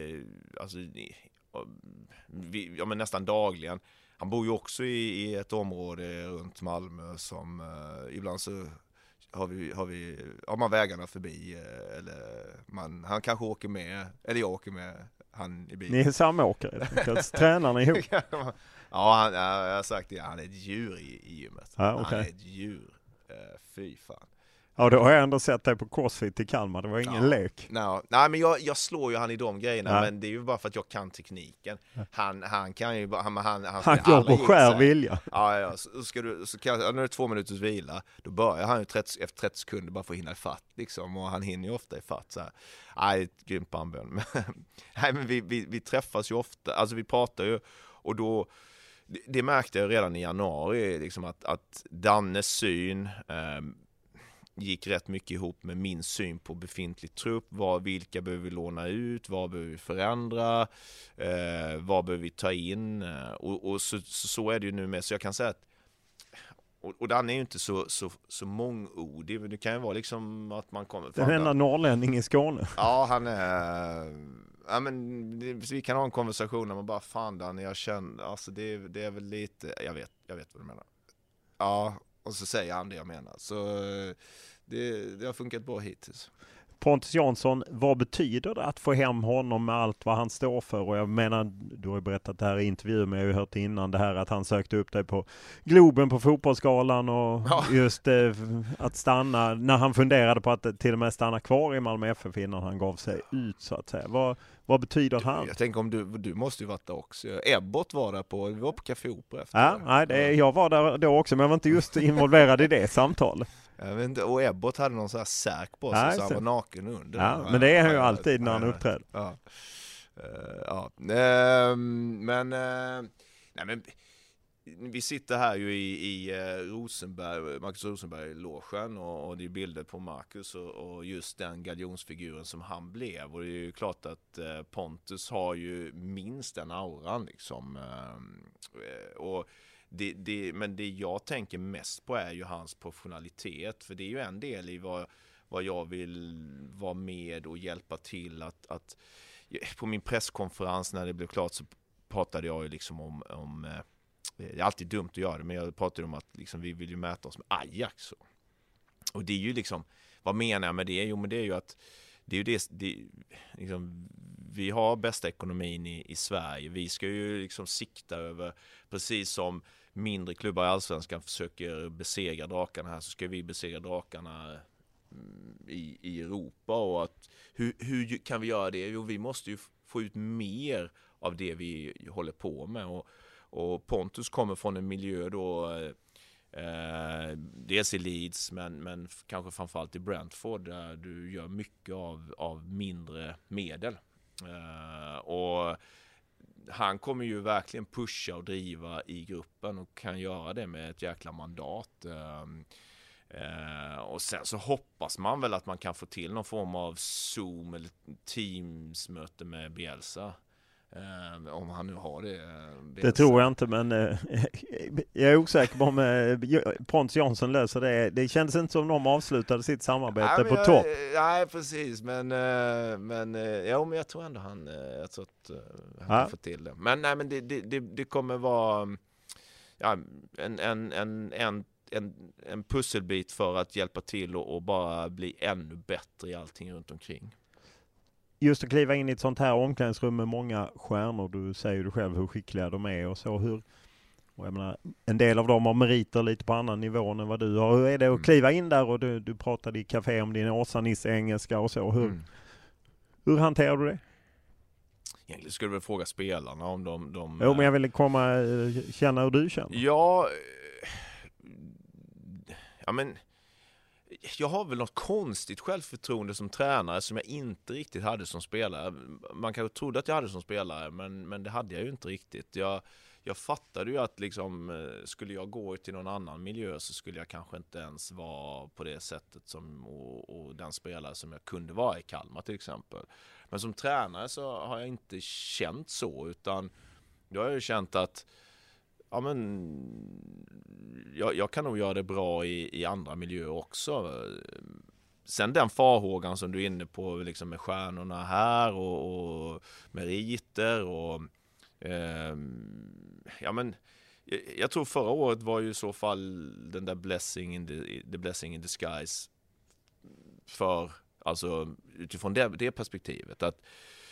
men nästan dagligen. Han bor ju också i ett område runt Malmö som ibland så har man vägarna förbi, eller han kanske åker med, eller jag åker med han i bilen. Ni är samåkare, tränar ni ihop? Ja, jag har sagt det, han är ett djur i gymmet. Ja, okay. Han är ett djur, fy fan. Ja, då har jag ändå sett dig på CrossFit i Kalmar. Det var ingen lek. Nej, men jag slår ju han i de grejerna, men det är ju bara för att jag kan tekniken. Han kan ju bara, han går på skär vilja. Ja, så när det är 2 minuters vila, då börjar han ju efter 30 sekunder bara få hinna i fatt liksom, och han hinner ju ofta i fatt så här. Nej, ett grymt pannbön. Nej, men vi träffas ju ofta, alltså vi pratar ju, och då det märkte jag redan i januari liksom, att Dannes syn gick rätt mycket ihop med min syn på befintlig trupp. Vilka behöver vi låna ut? Vad behöver vi förändra? Vad behöver vi ta in? Och så är det ju nu med. Så jag kan säga att, och den är ju inte så mångordig. Men det kan ju vara liksom att man kommer... Den enda norrlänning i Skåne. Ja, han är... Ja, men vi kan ha en konversation där man bara, fan Dan, jag känner... Alltså det är väl lite... Jag vet vad du menar. Ja, och så säger han det jag menar. Så det har funkat bra hittills. Pontus Jansson, vad betyder det att få hem honom med allt vad han står för? Och jag menar, du har ju berättat det här i intervjuer, men jag har ju hört innan det här att han sökte upp dig på Globen på fotbollsskalan och just att stanna, när han funderade på att till och med stanna kvar i Malmö FF innan han gav sig ut så att säga. Vad betyder han? Jag tänker om du måste ju varit där också. Ebbot var där vi var på Café Opera efter. Ja, jag var där då också, men jag var inte just involverad i det samtalet. Jag vet inte, och Ebbot hade någon sån här särk på sig, så han var naken under. Ja, men det är han ju alltid när han uppträder. Men vi sitter här ju i Rosenberg, Marcus Rosenberg-logen, och det är bilder på Marcus och just den galjonsfiguren som han blev. Och det är ju klart att Pontus har ju minst den auran liksom. Och men det jag tänker mest på är ju hans professionalitet, för det är ju en del i vad jag vill vara med och hjälpa till att på min presskonferens när det blev klart så pratade jag ju liksom om det är alltid dumt att göra det, men jag pratade om att liksom, vi vill ju mäta oss med Ajax och det är ju liksom, vad menar jag med det? Jo, men det är ju att det är ju det liksom, vi har bästa ekonomin i Sverige. Vi ska ju liksom sikta över, precis som mindre klubbar i Allsvenskan försöker besegra drakarna här, så ska vi besegra drakarna i Europa. Och att hur kan vi göra det? Jo, vi måste ju få ut mer av det vi håller på med. Och Pontus kommer från en miljö då, dels i Leeds men kanske framförallt i Brentford, där du gör mycket av mindre medel. Och han kommer ju verkligen pusha och driva i gruppen och kan göra det med ett jäkla mandat. Och sen så hoppas man väl att man kan få till någon form av Zoom eller Teams-möte med Bielsa. Om han nu har det. Det tror jag inte, men jag är osäker på om Pontus Jansson löser det. Det kändes inte som de avslutade sitt samarbete på topp. Nej, precis. Men jag tror ändå han kan få till det. Men nej, men det kommer vara en pusselbit för att hjälpa till och bara bli ännu bättre i allting runt omkring. Just att kliva in i ett sånt här omklädningsrum med många stjärnor, du säger ju själv hur skickliga de är och så, och jag menar, en del av dem har meriter lite på annan nivå än vad du har. Hur är det att kliva in där, och du pratade i café om din Åsa-Nisse-engelska och så. Hur hanterar du det? Egentligen skulle du väl fråga spelarna om de... Jo, men jag ville känna hur du känner. Ja, men jag har väl något konstigt självförtroende som tränare som jag inte riktigt hade som spelare. Man kanske trodde att jag hade som spelare, men det hade jag ju inte riktigt. Jag fattade ju att liksom, skulle jag gå till någon annan miljö så skulle jag kanske inte ens vara på det sättet som och den spelare som jag kunde vara i Kalmar till exempel. Men som tränare så har jag inte känt så, utan jag har ju känt att jag kan nog göra det bra i andra miljöer också. Sen den farhågan som du är inne på liksom med stjärnorna här och meriter och jag tror förra året var ju i så fall den där blessing in disguise för, alltså utifrån det perspektivet att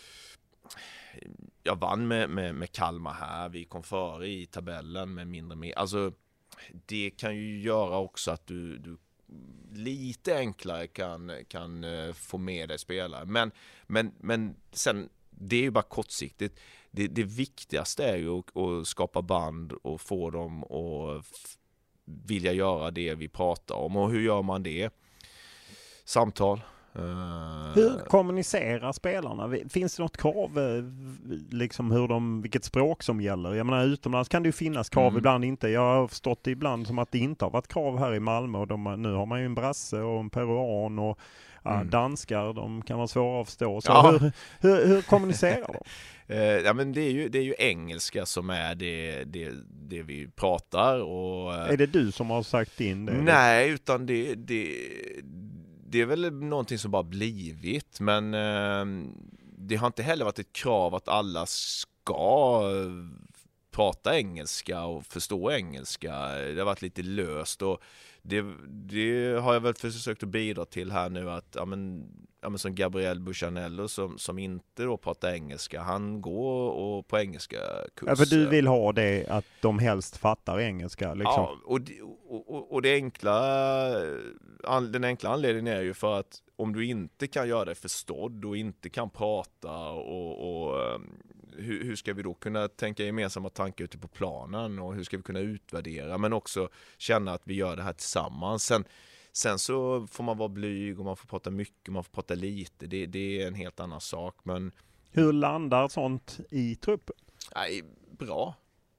jag vann med Kalmar här, vi kom före i tabellen med mindre, alltså det kan ju göra också att du lite enklare kan få med dig spelare, men sen det är ju bara kortsiktigt. Det viktigaste är ju att skapa band och få dem att vilja göra det vi pratar om. Och hur gör man det? Samtal. Hur kommunicerar spelarna? Finns det något krav liksom vilket språk som gäller? Jag menar, utomlands kan det ju finnas krav, ibland inte. Jag har förstått det ibland som att det inte har varit krav här i Malmö, och nu har man ju en brasse och en peruan och danskar, de kan vara svåra att förstå. Så hur kommunicerar de? Men det är ju engelska som är det vi pratar. Och är det du som har sagt in det? Nej, utan det är väl någonting som bara blivit, men det har inte heller varit ett krav att alla ska prata engelska och förstå engelska. Det har varit lite löst, och det har jag väl försökt att bidra till här nu, att som Gabriel Buchanello som inte då pratar engelska, han går på engelska kurser. Ja, för du vill ha det att de helst fattar engelska liksom. Ja, och den enkla anledningen är ju för att om du inte kan göra det förstådd och inte kan prata och hur ska vi då kunna tänka gemensamma tankar ute på planen, och hur ska vi kunna utvärdera, men också känna att vi gör det här tillsammans. Sen så får man vara blyg och man får prata mycket, man får prata lite. Det är en helt annan sak. Men hur landar sånt i truppen? Nej, bra.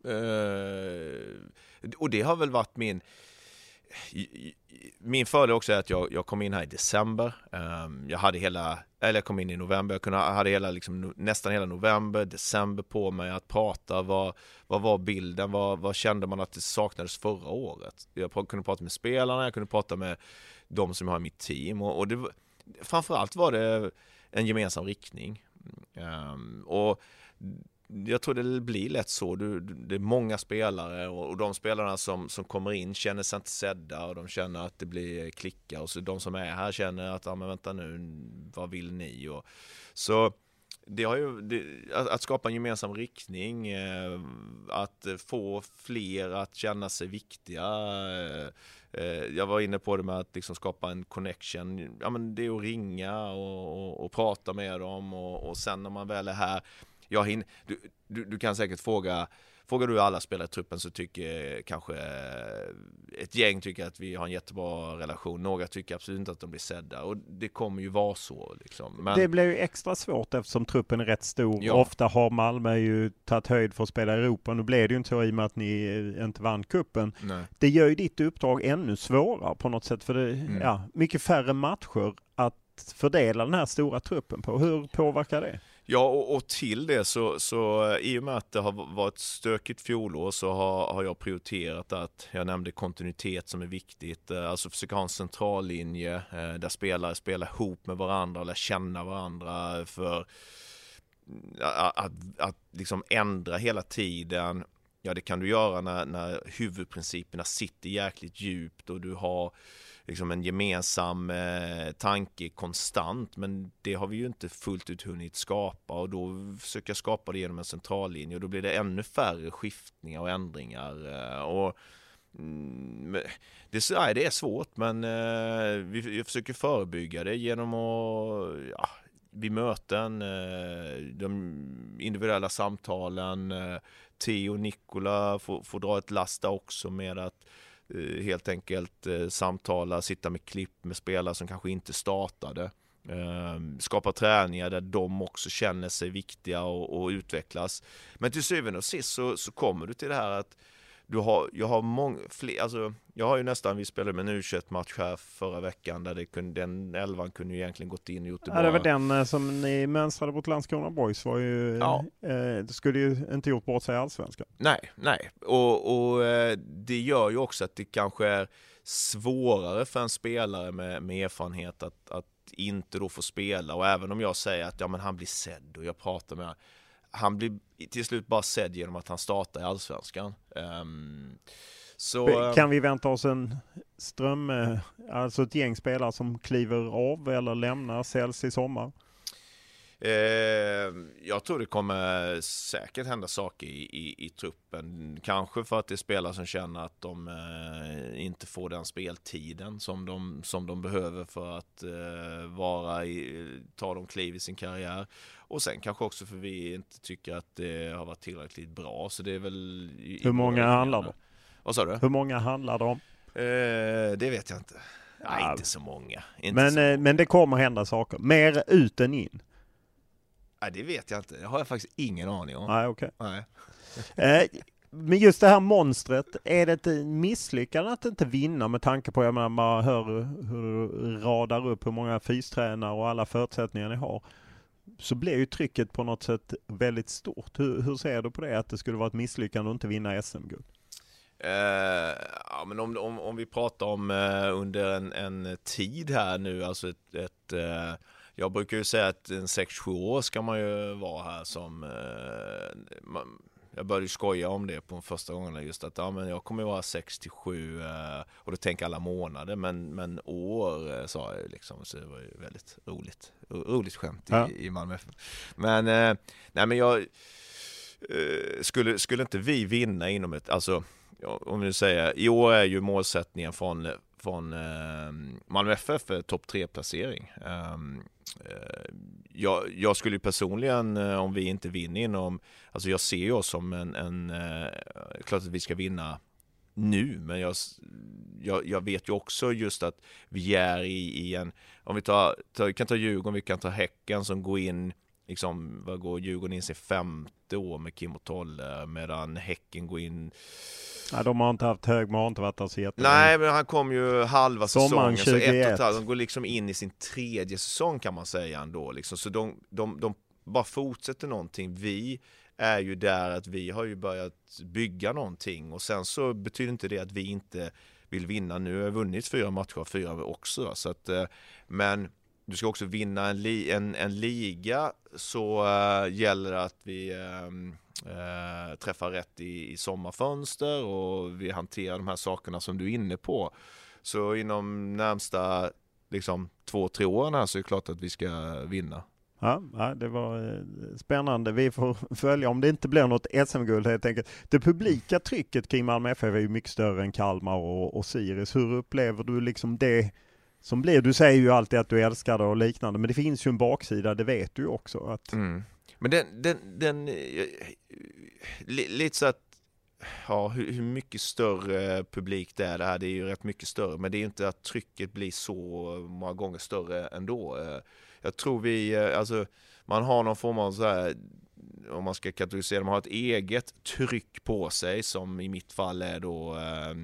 Och det har väl varit min fördel också är att jag kom in här i december. Jag kom in i november. Jag hade nästan hela november, december på mig att prata. Vad var bilden? Vad kände man att det saknades förra året? Jag kunde prata med spelarna, jag kunde prata med de som har mitt team. Och framförallt var det en gemensam riktning. Och jag tror det blir lätt så. Det är många spelare, och de spelarna som kommer in känner sig inte sedda, och de känner att det blir klicka, och så de som är här känner att men vänta nu, vad vill ni? Så det har ju att skapa en gemensam riktning, att få fler att känna sig viktiga. Jag var inne på det med att liksom skapa en connection. Ja, men det är att ringa och prata med dem, och sen när man väl är här, du kan säkert fråga frågar du alla spelare i truppen så tycker kanske ett gäng tycker att vi har en jättebra relation. Några tycker absolut inte att de blir sedda. Och det kommer ju vara så. Liksom. Men det blir ju extra svårt eftersom truppen är rätt stor. Ja. Ofta har Malmö ju tagit höjd för att spela i Europa. Nu blev det ju inte så i och med att ni inte vann kuppen. Nej. Det gör ju ditt uppdrag ännu svårare på något sätt. För det mycket färre matcher att fördela den här stora truppen på. Hur påverkar det? Ja, och till det så i och med att det har varit stökigt fjolår så har jag prioriterat att jag nämnde kontinuitet som är viktigt. Alltså försöka ha en centrallinje där spelare spelar ihop med varandra eller känna varandra för att liksom ändra hela tiden. Ja, det kan du göra när huvudprinciperna sitter jäkligt djupt och du har liksom en gemensam tanke konstant, men det har vi ju inte fullt ut hunnit skapa och då försöker jag skapa det genom en centrallinje och då blir det ännu färre skiftningar och ändringar och det är svårt, men vi försöker förebygga det genom att vid möten, de individuella samtalen, Theo och Nikola får dra ett lasta också med att helt enkelt samtala, sitta med klipp med spelare som kanske inte startade. Skapa träningar där de också känner sig viktiga och utvecklas. Men till syvende och sist så kommer du till det här att jag har många fler, alltså jag har ju nästan, vi spelade med en U21-match här förra veckan där den 11 kunde ju egentligen gått in och gjort det bra. Det var den som ni mönstrade mot Landskrona Boys var ju, det skulle ju inte gjort bort sig i Allsvenskan. Nej. Och det gör ju också att det kanske är svårare för en spelare med erfarenhet att inte då få spela. Och även om jag säger att men han blir sedd och jag pratar med han blir till slut bara sedd genom att han startar i Allsvenskan. Kan vi vänta oss en ström, alltså ett gäng spelare som kliver av eller lämnar, säljs i sommar? Jag tror det kommer säkert hända saker i truppen. Kanske för att det är spelare som känner att de inte får den speltiden som de behöver för att ta de kliv i sin karriär. Och sen kanske också för vi inte tycker att det har varit tillräckligt bra. Så det är väl hur många handlar det? Vad sa du? Hur många handlar det om? Det vet jag inte. Nej, inte så många. Men det kommer hända saker. Mer ut än in. Nej, det vet jag inte. Det har jag faktiskt ingen aning om. Nej, okej. Nej. Men just det här monstret, är det ett misslyckande att inte vinna med tanke på, jag menar, man hör hur du radar upp hur många fystränare och alla förutsättningar ni har, så blir ju trycket på något sätt väldigt stort. Hur ser du på det, att det skulle vara ett misslyckande att inte vinna SM-guld? Men om vi pratar om under en tid här nu, alltså jag brukar ju säga att 6-7 år ska man ju vara här som jag började skoja om det på första gången, just att men jag kommer vara 6-7 och då tänker alla månader, men år sa jag liksom, så det var ju väldigt roligt skämt i Malmö. Men nej, men jag skulle inte vi vinna inom alltså om vi säger, i år är ju målsättningen från Malmö FF topp 3-placering. Jag skulle ju personligen, om vi inte vinner inom, alltså jag ser ju oss som klart att vi ska vinna nu, men jag vet ju också just att vi är i en, om vi kan ta Djurgården, vi kan ta Häcken som går in, liksom, vad går Djurgården in sig 5:e år med Kim och Tolle, medan Häcken går in. Ja, de har inte haft man har inte varit där så jättelänge. Nej, men han kom ju halva säsongen, så 1,5. De går liksom in i sin 3:e säsong kan man säga ändå. Liksom. Så de bara fortsätter någonting. Vi är ju där att vi har ju börjat bygga någonting, och sen så betyder inte det att vi inte vill vinna. Nu har vi vunnit 4 matcher, 4 också. Så att, men du ska också vinna en liga, så gäller det att vi träffar rätt i sommarfönster och vi hanterar de här sakerna som du är inne på. Så inom närmsta liksom 2-3 åren här så är det klart att vi ska vinna. Ja, det var spännande. Vi får följa om det inte blir något SM-guld helt enkelt. Det publika trycket kring Malmö FF är ju mycket större än Kalmar och Sirius. Hur upplever du liksom det som blir? Du säger ju alltid att du älskar det och liknande, men det finns ju en baksida, det vet du ju också. Att... Men den lite så att ja, hur mycket större publik det här. Det är ju rätt mycket större, men det är inte att trycket blir så många gånger större ändå. Jag tror alltså man har någon form av så här, om man ska kategorisera, man har ett eget tryck på sig som i mitt fall är då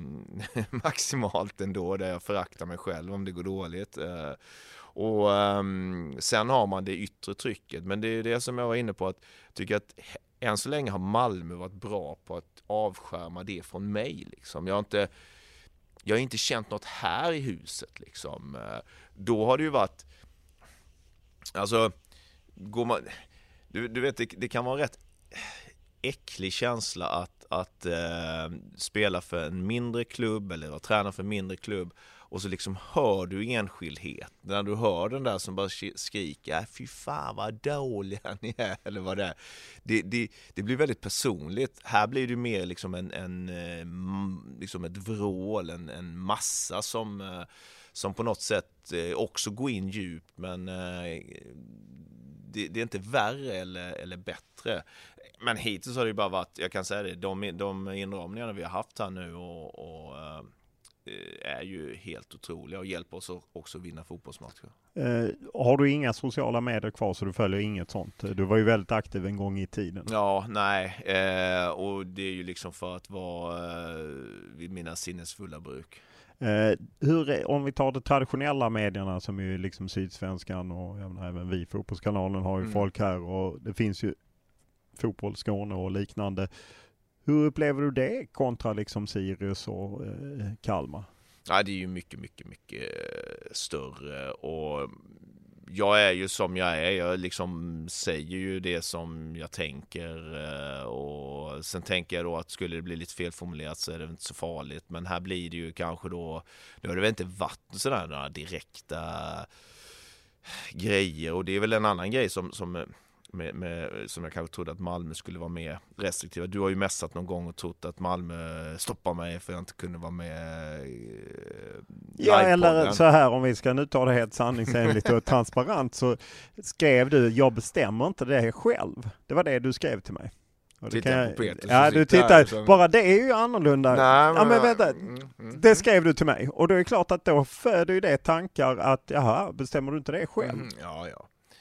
maximalt ändå, där jag föraktar mig själv om det går dåligt. Och sen har man det yttre trycket, men det är det som jag var inne på, att jag tycker att än så länge har Malmö varit bra på att avskärma det från mig. Liksom. Jag har inte känt något här i huset. Liksom. Då har det ju varit, alltså, du vet, det kan vara rätt äcklig känsla att spela för en mindre klubb eller att träna för en mindre klubb, och så liksom hör du enskildhet. När du hör den där som bara skriker fy fan vad dåliga ni är, eller vad det är. Det blir väldigt personligt. Här blir det mer liksom liksom ett vrål, en massa som på något sätt också går in djupt, men det är inte värre eller bättre. Men hittills har det ju bara varit, jag kan säga det, de inramningarna vi har haft här nu och är ju helt otroliga och hjälper oss också vinna fotbollsmatcher. Har du inga sociala medier kvar, så du följer inget sånt? Du var ju väldigt aktiv en gång i tiden. Ja, nej. Och det är ju liksom för att vara vid mina sinnesfulla bruk. Om vi tar de traditionella medierna som är liksom Sydsvenskan och även vi, Fotbollskanalen, har ju folk här, och det finns ju Fotboll Skåne och liknande. Hur upplever du det kontra liksom Sirius och Kalmar? Ja, det är ju mycket, mycket, mycket större, och jag är ju som jag är. Jag liksom säger ju det som jag tänker, och sen tänker jag då att skulle det bli lite felformulerat så är det inte så farligt, men här blir det ju kanske då har det väl inte varit sådana några direkta grejer, och det är väl en annan grej som jag kanske trodde att Malmö skulle vara mer restriktiva. Du har ju messat någon gång och trott att Malmö stoppar mig för jag inte kunde vara med ja, eller så här, om vi ska nu ta det helt sanningsenligt och transparent, så skrev du, jag bestämmer inte det själv. Det var det du skrev till mig. Tittar på Peter, ja, du tittar. Bara det är ju annorlunda. Nej, men vänta. Det skrev du till mig. Och då är det klart att då föder ju det tankar att, jaha, bestämmer du inte det själv? Ja.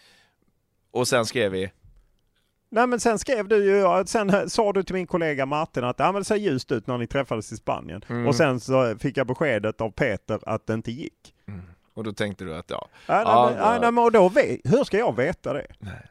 Och sen skrev vi? Nej, men sen skrev du ju, sen sa du till min kollega Martin att men det ser ljust ut när ni träffades i Spanien. Och sen så fick jag beskedet av Peter att det inte gick. Och då tänkte du att men då hur ska jag veta det?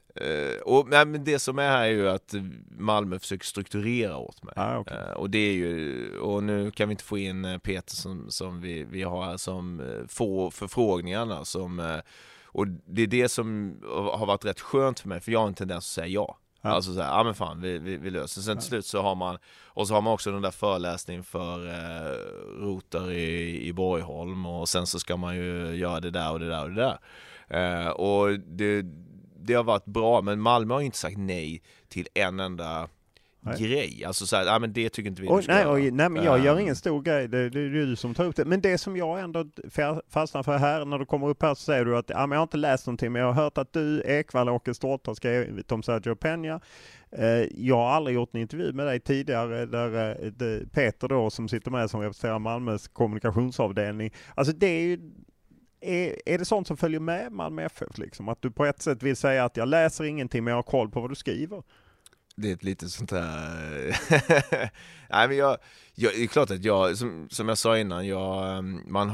Men det som är här är ju att Malmö försöker strukturera åt mig. Okay. Och det är ju, och nu kan vi inte få in Peter som vi har här som får förfrågningarna och det är det som har varit rätt skönt för mig, för jag har en tendens att säga ja. Alltså så här, men fan, vi löser. Sen till slut så har man, och så har man också den där föreläsningen för Rotar i Borgholm, och sen så ska man ju göra det där och det där och det där. Och det har varit bra, men Malmö har inte sagt nej till en enda grej. Alltså så här, men det tycker inte vi du ska göra. Nej, men jag gör ingen stor grej. Det är du som tar upp det. Men det som jag ändå fastnar för här, när du kommer upp här så säger du att men jag har inte läst någonting, men jag har hört att du, Ekvall och Åke Stort har skrivit om Sergio Peña. Jag har aldrig gjort en intervju med dig tidigare där Peter då, som sitter med som representerar Malmös kommunikationsavdelning. Alltså det är ju är det sånt som följer med Malmö FF liksom? Att du på ett sätt vill säga att jag läser ingenting, men jag har koll på vad du skriver? Det är ett lite sånt här... Nej, men det är klart att jag, som jag sa innan, man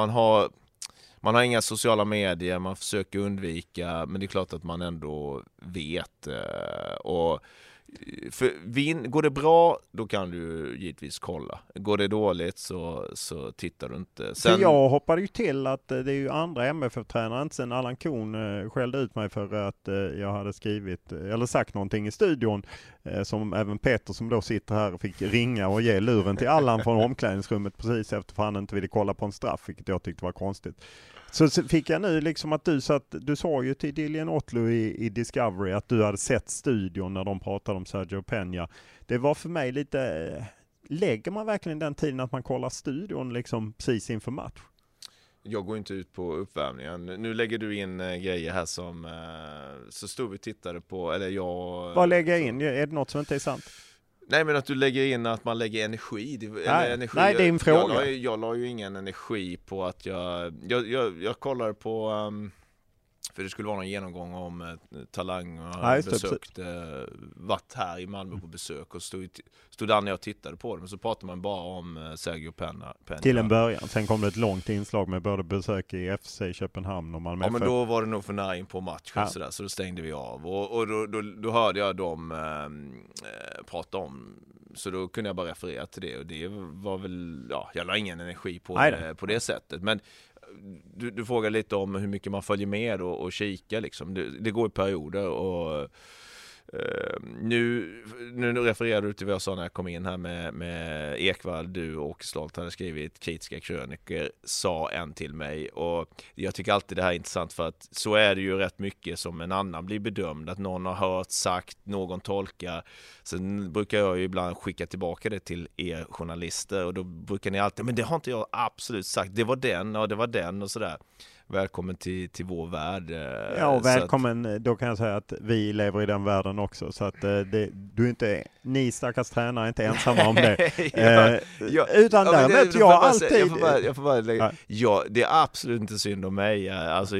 har inga sociala medier, man försöker undvika, men det är klart att man ändå vet. Och går det bra, då kan du givetvis kolla. Går det dåligt så tittar du inte. Sen... Jag hoppade ju till att det är ju andra MFF-tränare, sen Allan Kohn skällde ut mig för att jag hade skrivit eller sagt någonting i studion, som även Peter som då sitter här fick ringa och ge luren till Allan från omklädningsrummet precis efter att han inte ville kolla på en straff, vilket jag tyckte var konstigt. Så fick jag nu liksom att du sa ju till Dillian Otlu i Discovery att du hade sett studion när de pratade om Sergio Peña. Det var för mig lite, lägger man verkligen den tiden att man kollar studion liksom precis inför match? Jag går inte ut på uppvärmningen. Nu lägger du in grejer här som så stod vi tittade på, eller jag... Vad lägger jag in? Är det något som inte är sant? Nej, men att du lägger in att man lägger energi. Nej, det är en fråga. Jag la ju ingen energi på att jag kollar på... för det skulle vara någon genomgång om Talang och varit här i Malmö på besök och stod där när jag tittade på dem, så pratade man bara om Sergio Penna. Till en början, sen kom det ett långt inslag med både besök i FC Köpenhamn och Malmö. Ja, men då var det nog för nära in på matchen så då stängde vi av och då hörde jag dem prata om, så då kunde jag bara referera till det, och det var väl, jag la ingen energi på det sättet, men du frågar lite om hur mycket man följer med och kikar liksom. Det går i perioder, och nu refererar du till vad jag sa när jag kom in här med Ekvall, du och Stolt hade skrivit kritiska kröniker, sa en till mig, och jag tycker alltid det här är intressant, för att så är det ju rätt mycket som en annan blir bedömd, att någon har hört, sagt, någon tolkar. Sen brukar jag ju ibland skicka tillbaka det till er journalister, och då brukar ni alltid, men det har inte jag absolut sagt, det var den och sådär. Välkommen till vår värld. Ja, och välkommen, då kan jag säga att vi lever i den världen också, så att ni stackars tränare är inte ensamma om det. Utan därmed jag alltid... Jag får bara lägga. Ja, det är absolut inte synd om mig. Alltså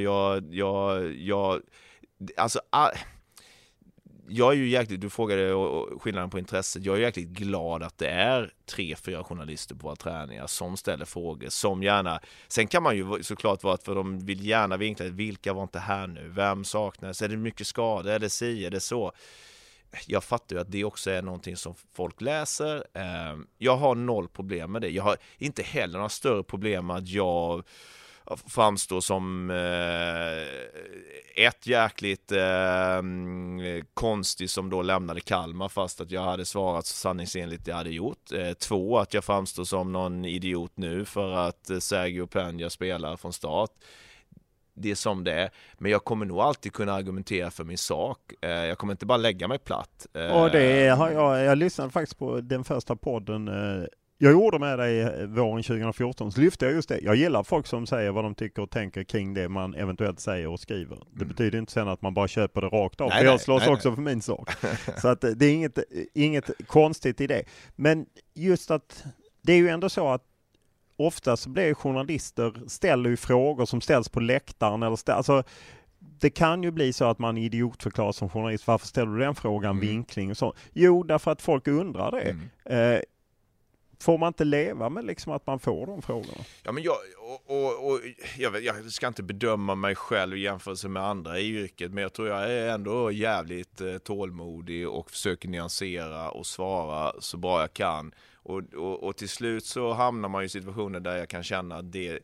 jag är ju jäkligt, du frågade skillnaden på intresset, jag är jäkligt glad att det är 3-4 journalister på våra träningar som ställer frågor, som gärna, sen kan man ju såklart vara för de vill gärna vinkla, vilka var inte här nu, vem saknas, är det mycket skada, är det si, är det så. Jag fattar ju att det också är någonting som folk läser. Jag har noll problem med det. Jag har inte heller några större problem med att jag framstår som ett jäkligt konstigt som då lämnade Kalmar fast att jag hade svarat så sanningsenligt jag hade gjort. 2, att jag framstår som någon idiot nu för att Sergio Penja spelar från start. Det är som det är. Men jag kommer nog alltid kunna argumentera för min sak. Jag kommer inte bara lägga mig platt. Och det har jag lyssnade faktiskt på den första podden jag gjorde med dig våren 2014, så lyfte jag just det. Jag gillar folk som säger vad de tycker och tänker kring det man eventuellt säger och skriver. Det betyder inte sen att man bara köper det rakt av. Jag slåss också för min sak. Så att det är inget konstigt i det. Men just att det är ju ändå så att ofta så blir journalister ställer ju frågor som ställs på läktaren. Alltså, det kan ju bli så att man idiotförklarar som journalist. Varför ställer du den frågan, vinkling och så? Jo, därför att folk undrar det. Får man inte leva med liksom att man får de frågorna? Ja, men jag ska inte bedöma mig själv i jämförelse med andra i yrket, men jag tror jag är ändå jävligt tålmodig och försöker nyansera och svara så bra jag kan. Och till slut så hamnar man i situationer där jag kan känna att det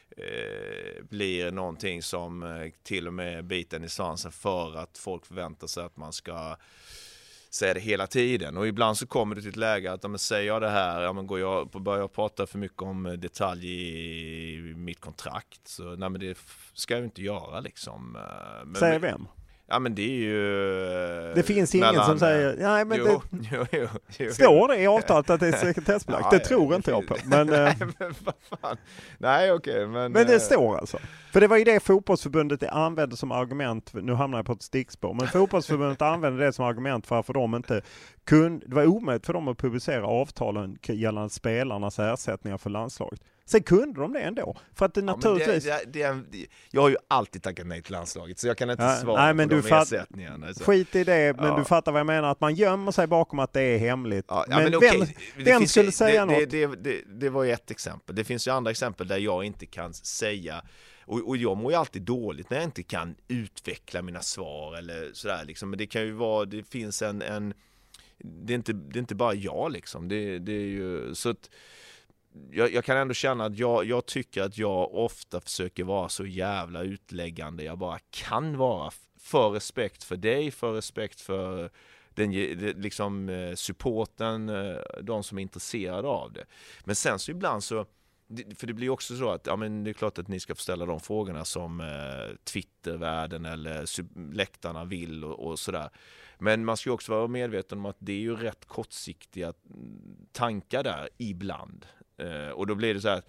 blir någonting som till och med biten i svansen för att folk förväntar sig att man ska säga det hela tiden. Och ibland så kommer det till ett läge att säger jag det här, börjar jag prata för mycket om detalj i mitt kontrakt. Så nej, men det ska jag inte göra liksom. Säger vem? Ja, men det är ju... Det finns ingen som säger... Nej, men jo. Står det i avtalet att det är sekretessbelagt? Det tror inte jag på. Men, nej, men vad fan. Nej, okej. Men det står alltså. För det var ju det fotbollsförbundet använde som argument. Nu hamnar jag på ett stickspår. Men fotbollsförbundet använde det som argument för att de inte kunde... Det var omöjligt för dem att publicera avtalen gällande spelarnas ersättningar för landslaget. Sen kunde de det ändå. För att det naturligtvis... jag har ju alltid tackat nej till landslaget, så jag kan inte svara på de ersättningarna. Skit i det, men du fattar vad jag menar. Att man gömmer sig bakom att det är hemligt. Men vem skulle säga något? Det var ju ett exempel. Det finns ju andra exempel där jag inte kan säga... Och jag mår ju alltid dåligt när jag inte kan utveckla mina svar eller sådär liksom. Men det kan ju vara... Det finns en det är inte bara jag liksom. Det är ju... Så att, jag kan ändå känna att jag tycker att jag ofta försöker vara så jävla utläggande jag bara kan vara, för respekt för dig, för respekt för den liksom supporten, de som är intresserade av det. Men sen så ibland så, för det blir också så att det är klart att ni ska få ställa de frågorna som Twittervärlden eller läktarna vill och sådär. Men man ska också vara medveten om att det är ju rätt kortsiktiga tankar där ibland. Och då blir det så här,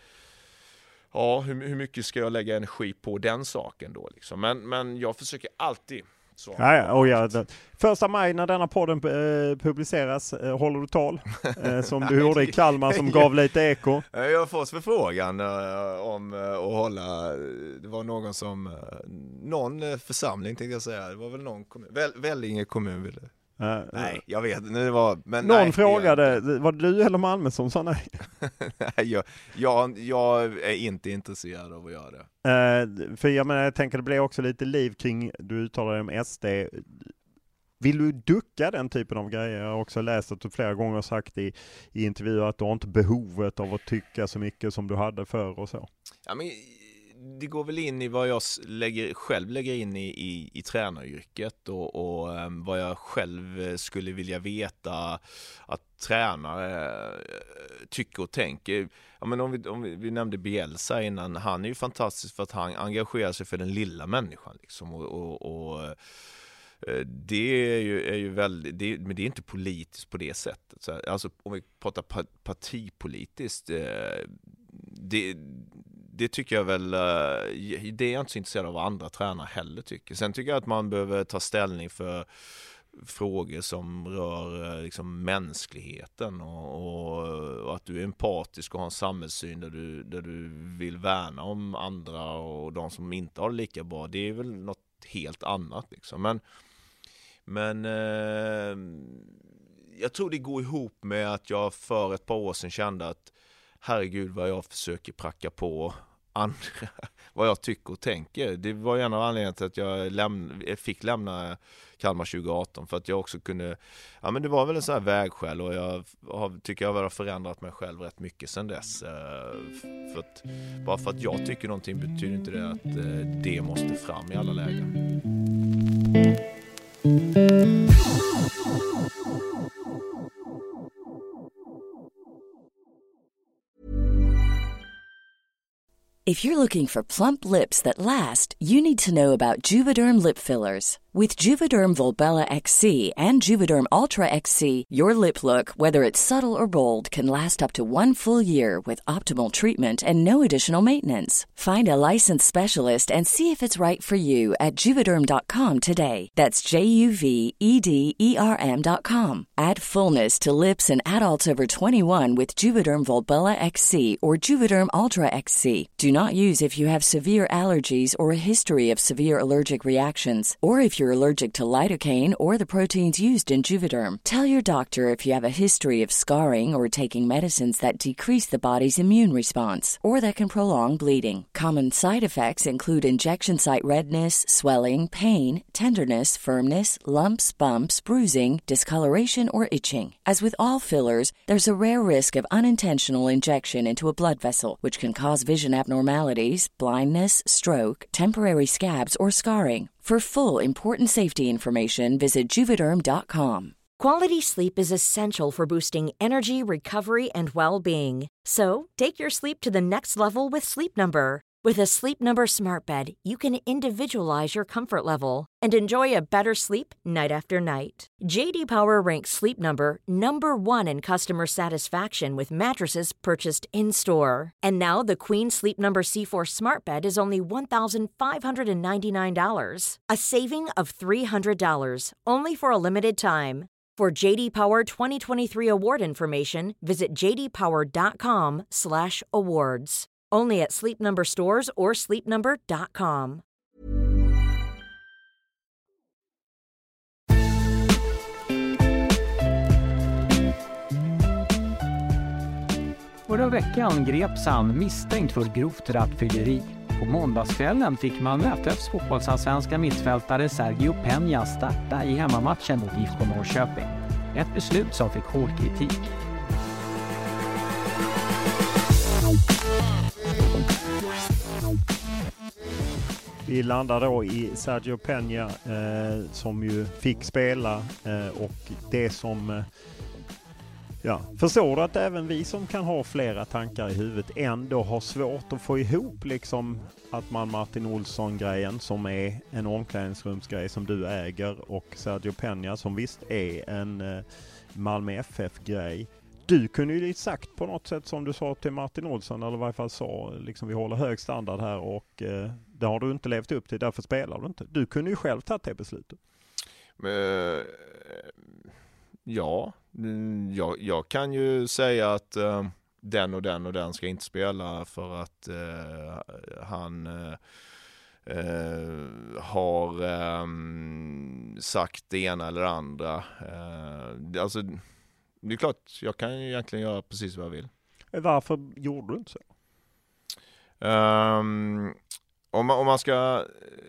hur mycket ska jag lägga energi på den saken då liksom? Men jag försöker alltid Så. Första maj när denna podden publiceras, håller du tal som du gjorde i Kalmar som gav lite eko. Jag har fått förfrågan om att hålla, det var någon församling tänkte jag säga, det var väl någon kommun, Vellinge kommun ville. Nej, jag vet inte. Det var, men någon frågade, var det du eller Malmö som sa nej? Nej, jag är inte intresserad av att göra det. För jag tänker det blir också lite liv kring, du uttalar om SD. Vill du ducka den typen av grejer? Jag har också läst att du flera gånger sagt i intervjuer att du har inte behovet av att tycka så mycket som du hade förr och så. Ja, men det går väl in i vad jag själv lägger in i tränaryrket och vad jag själv skulle vilja veta att tränare tycker och tänker. Ja, men om vi nämnde Bielsa innan, han är ju fantastisk för att han engagerar sig för den lilla människan liksom, och det är ju väldigt, men det är inte politiskt på det sättet. Så, alltså om vi pratar partipolitiskt, det tycker jag väl, det är jag inte så intresserad av vad andra tränare heller tycker. Sen tycker jag att man behöver ta ställning för frågor som rör liksom mänskligheten och att du är empatisk och har en samhällssyn där du vill värna om andra och de som inte har det lika bra. Det är väl något helt annat liksom. Men jag tror det går ihop med att jag för ett par år sedan kände att herregud vad jag försöker pracka på andra vad jag tycker och tänker. Det var en av anledningarna till att jag fick lämna Kalmar 2018, för att jag också kunde, ja men det var väl en sån här vägskäl, och jag tycker jag har förändrat mig själv rätt mycket sedan dess. Bara för att jag tycker någonting betyder inte det att det måste fram i alla lägen. If you're looking for plump lips that last, you need to know about Juvederm lip fillers. With Juvederm Volbella XC and Juvederm Ultra XC, your lip look, whether it's subtle or bold, can last up to 1 full year with optimal treatment and no additional maintenance. Find a licensed specialist and see if it's right for you at Juvederm.com today. That's JUVEDERM.com. Add fullness to lips in adults over 21 with Juvederm Volbella XC or Juvederm Ultra XC. Do not use if you have severe allergies or a history of severe allergic reactions, or if you're allergic to lidocaine or the proteins used in Juvederm. Tell your doctor if you have a history of scarring or taking medicines that decrease the body's immune response or that can prolong bleeding. Common side effects include injection site redness, swelling, pain, tenderness, firmness, lumps, bumps, bruising, discoloration, or itching. As with all fillers, there's a rare risk of unintentional injection into a blood vessel, which can cause vision abnormalities, blindness, stroke, temporary scabs, or scarring. For full, important safety information, visit Juvederm.com. Quality sleep is essential for boosting energy, recovery, and well-being. So, take your sleep to the next level with Sleep Number. With a Sleep Number smart bed, you can individualize your comfort level and enjoy a better sleep night after night. JD Power ranks Sleep Number #1 in customer satisfaction with mattresses purchased in-store. And now the Queen Sleep Number C4 smart bed is only $1,599, a saving of $300, only for a limited time. For JD Power 2023 award information, visit jdpower.com/awards. Only at Sleep Number stores or sleepnumber.com. Förra veckan greps han misstänkt för grovt rattfylleri. På måndagskvällen fick Malmö FFs fotbollsallsvenska mittfältare Sergio Peña starta i hemmamatchen mot IFK Norrköping. Ett beslut som fick hård kritik. Vi landar då i Sergio Peña som ju fick spela och det som förstår att även vi som kan ha flera tankar i huvudet ändå har svårt att få ihop liksom att man Martin Olsson-grejen som är en omklädningsrumsgrej som du äger och Sergio Peña som visst är en Malmö FF-grej. du kunde ju sagt på något sätt som du sa till Martin Olsson, eller i varje fall sa liksom vi håller hög standard här och det har du inte levt upp till, därför spelar du inte. Du kunde ju själv ta det beslutet. Ja, jag kan ju säga att den och den och den ska inte spela för att han har sagt det ena eller andra. Alltså, det är klart, jag kan ju egentligen göra precis vad jag vill. Varför gjorde du inte så? Om man ska...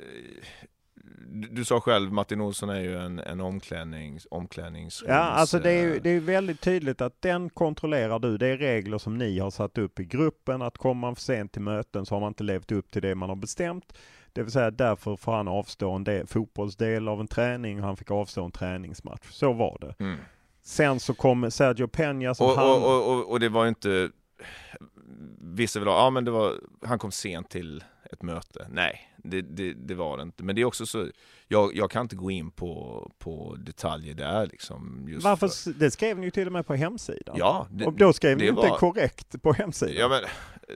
Du sa själv, Martin Olsson är ju en omklädnings... Ja, alltså det är väldigt tydligt att den kontrollerar du. Det är regler som ni har satt upp i gruppen. Att kommer man för sent till möten så har man inte levt upp till det man har bestämt. Det vill säga därför får han avstå en fotbollsdel av en träning och han fick avstå en träningsmatch. Så var det. Mm. Sen så kom Sergio Peña som och det var inte... Vissa vill ha, ja men det var, han kom sent till ett möte. Nej, det var det inte. Men det är också så, jag kan inte gå in på detaljer där liksom. Just varför? Det skrev ni ju till och med på hemsidan. Ja. Och då skrev ni inte korrekt på hemsidan. Ja men,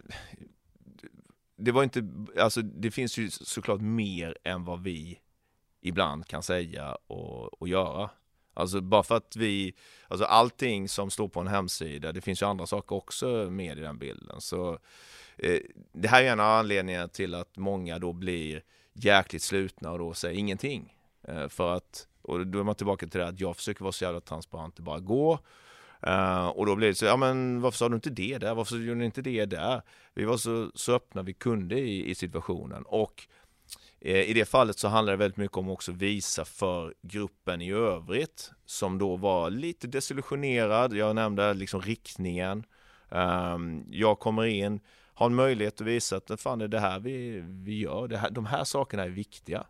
det var inte, alltså det finns ju såklart mer än vad vi ibland kan säga och göra. Alltså bara för att alltså allting som står på en hemsida, det finns ju andra saker också med i den bilden. Så det här är en av anledningarna till att många då blir jäkligt slutna och då säger ingenting. För att, och då är man tillbaka till det att jag försöker vara så jävla transparent och bara gå. Och då blir det så, ja men varför sa du inte det där? Varför gjorde du inte det där? Vi var så öppna vi kunde i situationen. Och i det fallet så handlar det väldigt mycket om också visa för gruppen i övrigt som då var lite desillusionerad. Jag nämnde liksom riktningen. Jag kommer in, har en möjlighet att visa att fan, det är det här vi gör. De här sakerna är viktiga.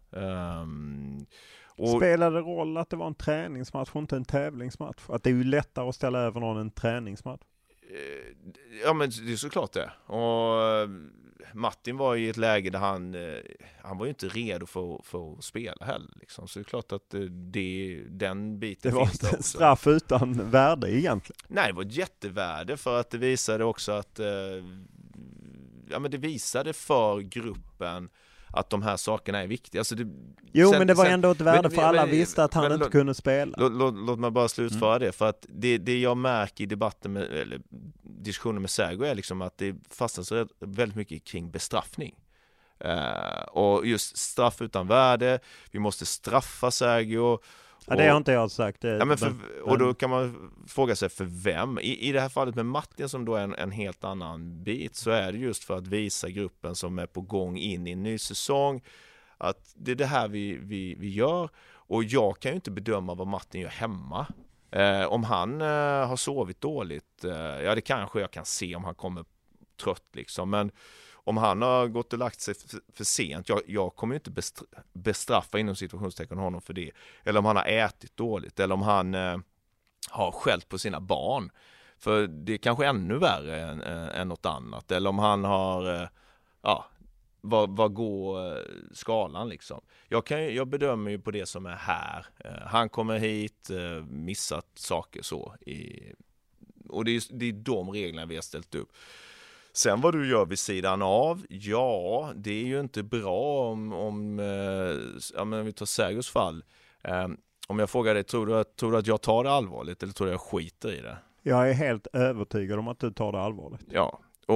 Spelade det roll att det var en träningsmatch och inte en tävlingsmatch? Att det är ju lättare att ställa över någon en träningsmatch? Ja men det är såklart det. Och Martin var i ett läge där han var ju inte redo för att spela heller liksom. Så det är klart att den biten det var finns ett straff utan värde egentligen. Nej, det var ett jättevärde för att det visade också att det visade för gruppen att de här sakerna är viktiga. Alltså men det var ändå ett värde för alla visste att han inte kunde spela. Låt mig bara slutföra det. För att det jag märker i debatten eller diskussionen med Sergio är liksom att det fastnar väldigt mycket kring bestraffning. Och just straff utan värde. Vi måste straffa Sergio. Ja, det har inte jag sagt. Och då kan man fråga sig för vem. I det här fallet med Martin som då är en helt annan bit, så är det just för att visa gruppen som är på gång in i en ny säsong att det är det här vi gör. Och jag kan ju inte bedöma vad Martin gör hemma. Om han har sovit dåligt, det kanske jag kan se om han kommer trött liksom. Men om han har gått och lagt sig för sent, jag kommer ju inte bestraffa inom situationstecken honom för det. Eller om han har ätit dåligt, eller om han har skällt på sina barn. För det är kanske ännu värre än något annat. Eller om han har, vad går skalan liksom. Jag bedömer ju på det som är här. Han kommer hit, missat saker så. Och det är de reglerna vi har ställt upp. Sen vad du gör vid sidan av, det är ju inte bra om vi tar Sergios fall. Om jag frågar dig, tror du att jag tar det allvarligt eller tror du jag skiter i det? Jag är helt övertygad om att du tar det allvarligt. Ja,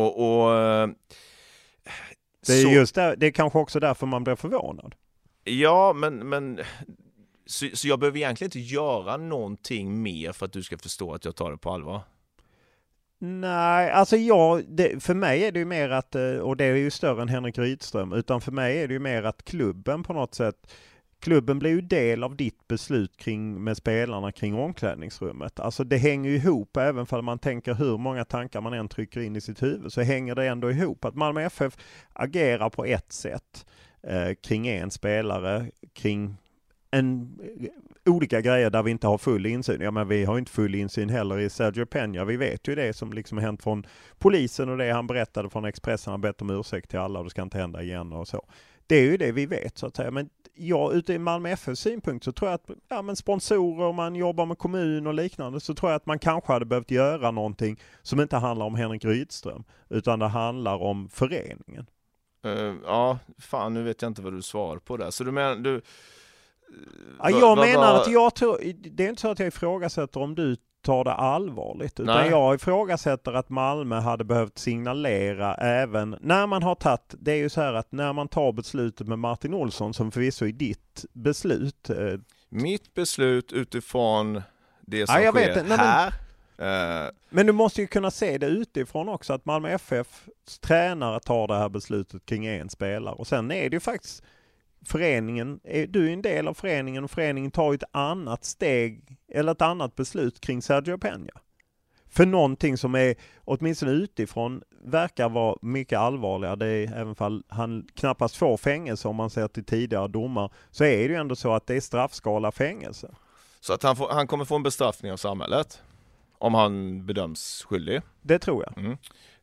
det är just där, det är kanske också därför man blir förvånad. Ja, men så jag behöver egentligen inte göra någonting mer för att du ska förstå att jag tar det på allvar. Nej, alltså för mig är det ju mer att, och det är ju större än Henrik Rydström, utan för mig är det ju mer att klubben på något sätt, klubben blir ju del av ditt beslut med spelarna kring omklädningsrummet. Alltså det hänger ju ihop, även för man tänker hur många tankar man än trycker in i sitt huvud, så hänger det ändå ihop att Malmö FF agerar på ett sätt kring en spelare, kring olika grejer där vi inte har full insyn. Ja, men vi har inte full insyn heller i Sergio Peña. Vi vet ju det som liksom hänt från polisen och det han berättade från Expressen. Han bett om ursäkt till alla och det ska inte hända igen och så. Det är ju det vi vet så att säga. Men ute i Malmö FFs synpunkt så tror jag att men sponsorer, man jobbar med kommun och liknande, så tror jag att man kanske hade behövt göra någonting som inte handlar om Henrik Rydström utan det handlar om föreningen. Fan, nu vet jag inte vad du svarar på det. Så du menar det är inte så att jag ifrågasätter om du tar det allvarligt, utan Nej. jag ifrågasätter att Malmö hade behövt signalera även när man har tagit, det är ju så här att när man tar beslutet med Martin Olsson, som förvisso är ditt beslut. Mitt beslut utifrån det som sker här. Men du måste ju kunna se det utifrån också, att Malmö FFs tränare tar det här beslutet kring en spelare. Och sen är det ju faktiskt föreningen, du är en del av föreningen och föreningen tar ett annat steg eller ett annat beslut kring Sergio Peña. För någonting som är åtminstone utifrån verkar vara mycket allvarligare. Det är även fall han knappast får fängelse om man ser till tidigare domar, så är det ju ändå så att det är straffskala fängelse. Så att han kommer få en bestraffning av samhället om han bedöms skyldig. Det tror jag.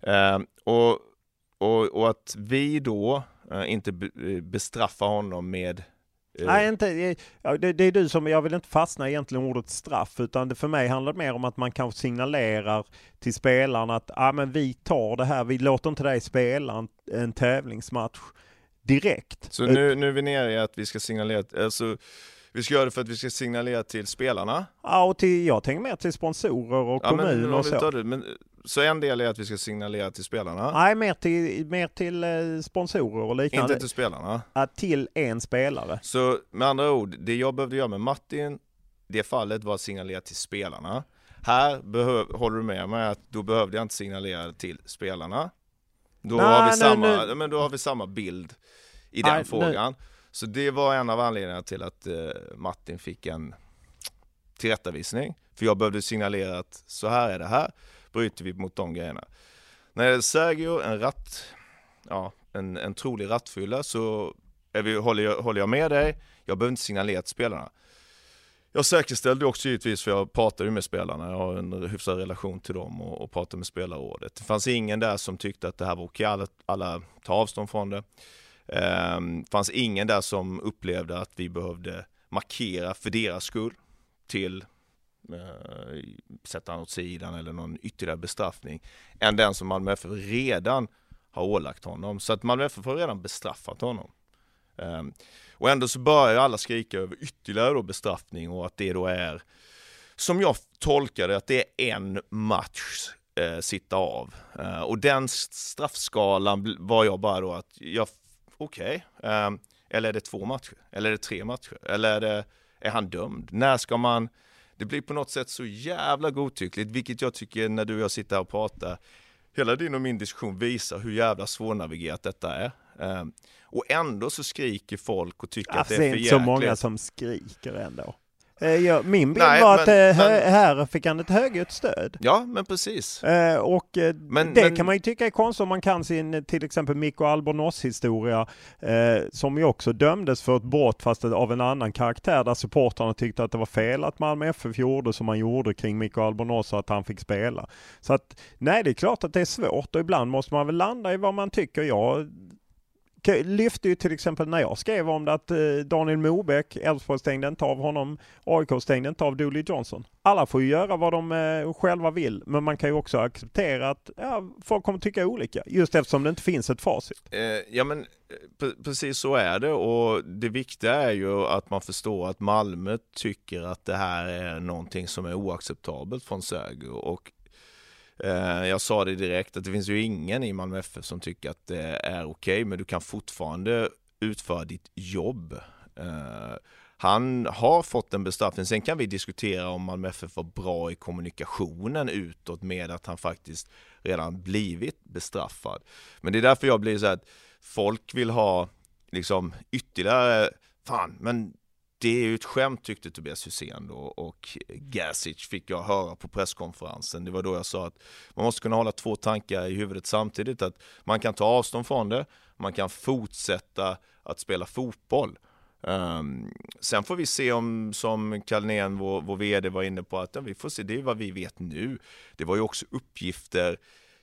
Och att vi då inte bestraffa honom med... Nej, det är du som, jag vill inte fastna egentligen ordet straff, utan det för mig handlar mer om att man kanske signalerar till spelarna att men vi tar det här, vi låter inte dig spela en tävlingsmatch direkt. Så nu är vi nere i att vi ska signalera, alltså vi ska göra det för att vi ska signalera till spelarna? Ja, och jag tänker mer till sponsorer och kommun och så. Så en del är att vi ska signalera till spelarna? Nej, mer till sponsorer och liknande. Inte till spelarna? Till en spelare. Så med andra ord, det jag behövde göra med Martin, det fallet var att signalera till spelarna. Här håller du med mig att då behövde jag inte signalera till spelarna. Då har vi samma bild i den frågan. Så det var en av anledningarna till att Martin fick en tillrättavisning. För jag behövde signalera att så här är det här. Bryter vi mot de grejerna. När det är Sergio, en trolig rattfylla, så håller jag med dig. Jag behöver inte signalera till spelarna. Jag säkerställde också givetvis, för jag pratade med spelarna. Jag har en hyfsad relation till dem och pratade med spelarrådet. Det fanns ingen där som tyckte att det här var okej. Alla tar avstånd från det. Fanns ingen där som upplevde att vi behövde markera för deras skull till sätta han åt sidan eller någon ytterligare bestraffning än den som Malmö FF redan har ålagt honom. Så att Malmö FF har redan bestraffat honom. Och ändå så börjar alla skrika över ytterligare då bestraffning, och att det då är, som jag tolkar det, att det är en match sitta av. Och den straffskalan var jag bara då att eller är det 2 matcher? Eller är det 3 matcher? Eller är han dömd? När ska man... Det blir på något sätt så jävla godtyckligt, vilket jag tycker när du och jag sitter här och pratar, hela din och min diskussion visar hur jävla svårnavigerat detta är. Och ändå så skriker folk och tycker att det är för jäkligt. Det är inte så många som skriker ändå. Min bild var att här fick han ett högt stöd. Ja, men precis. Det kan man ju tycka är konstigt om man kan sin till exempel Mikko Albornoz historia som ju också dömdes för ett brott fast av en annan karaktär, där supportarna tyckte att det var fel att Malmö FF gjorde som man gjorde kring Mikko Albornoz och att han fick spela. Så att nej, det är klart att det är svårt och ibland måste man väl landa i vad man tycker. Jag lyfte ju till exempel när jag skrev om det att Daniel Mobeck, Elfsborg stängde inte av honom, AIK stängde inte av Dooley Johnson. Alla får ju göra vad de själva vill, men man kan ju också acceptera att folk kommer tycka olika, just eftersom det inte finns ett facit. Precis så är det, och det viktiga är ju att man förstår att Malmö tycker att det här är någonting som är oacceptabelt från Sergio, och jag sa det direkt att det finns ju ingen i Malmö FF som tycker att det är okej, men du kan fortfarande utföra ditt jobb. Han har fått en bestraffning. Sen kan vi diskutera om Malmö FF var bra i kommunikationen utåt med att han faktiskt redan blivit bestraffad. Men det är därför jag blir så att folk vill ha liksom ytterligare, men det är ju ett skämt, tyckte Tobias Hysén då, och Gasic fick jag höra på presskonferensen. Det var då jag sa att man måste kunna hålla 2 tankar i huvudet samtidigt, att man kan ta avstånd från det, man kan fortsätta att spela fotboll. Sen får vi se om, som Kalnén, vår vd, var inne på, att vi får se, det är vad vi vet nu. Det var ju också uppgifter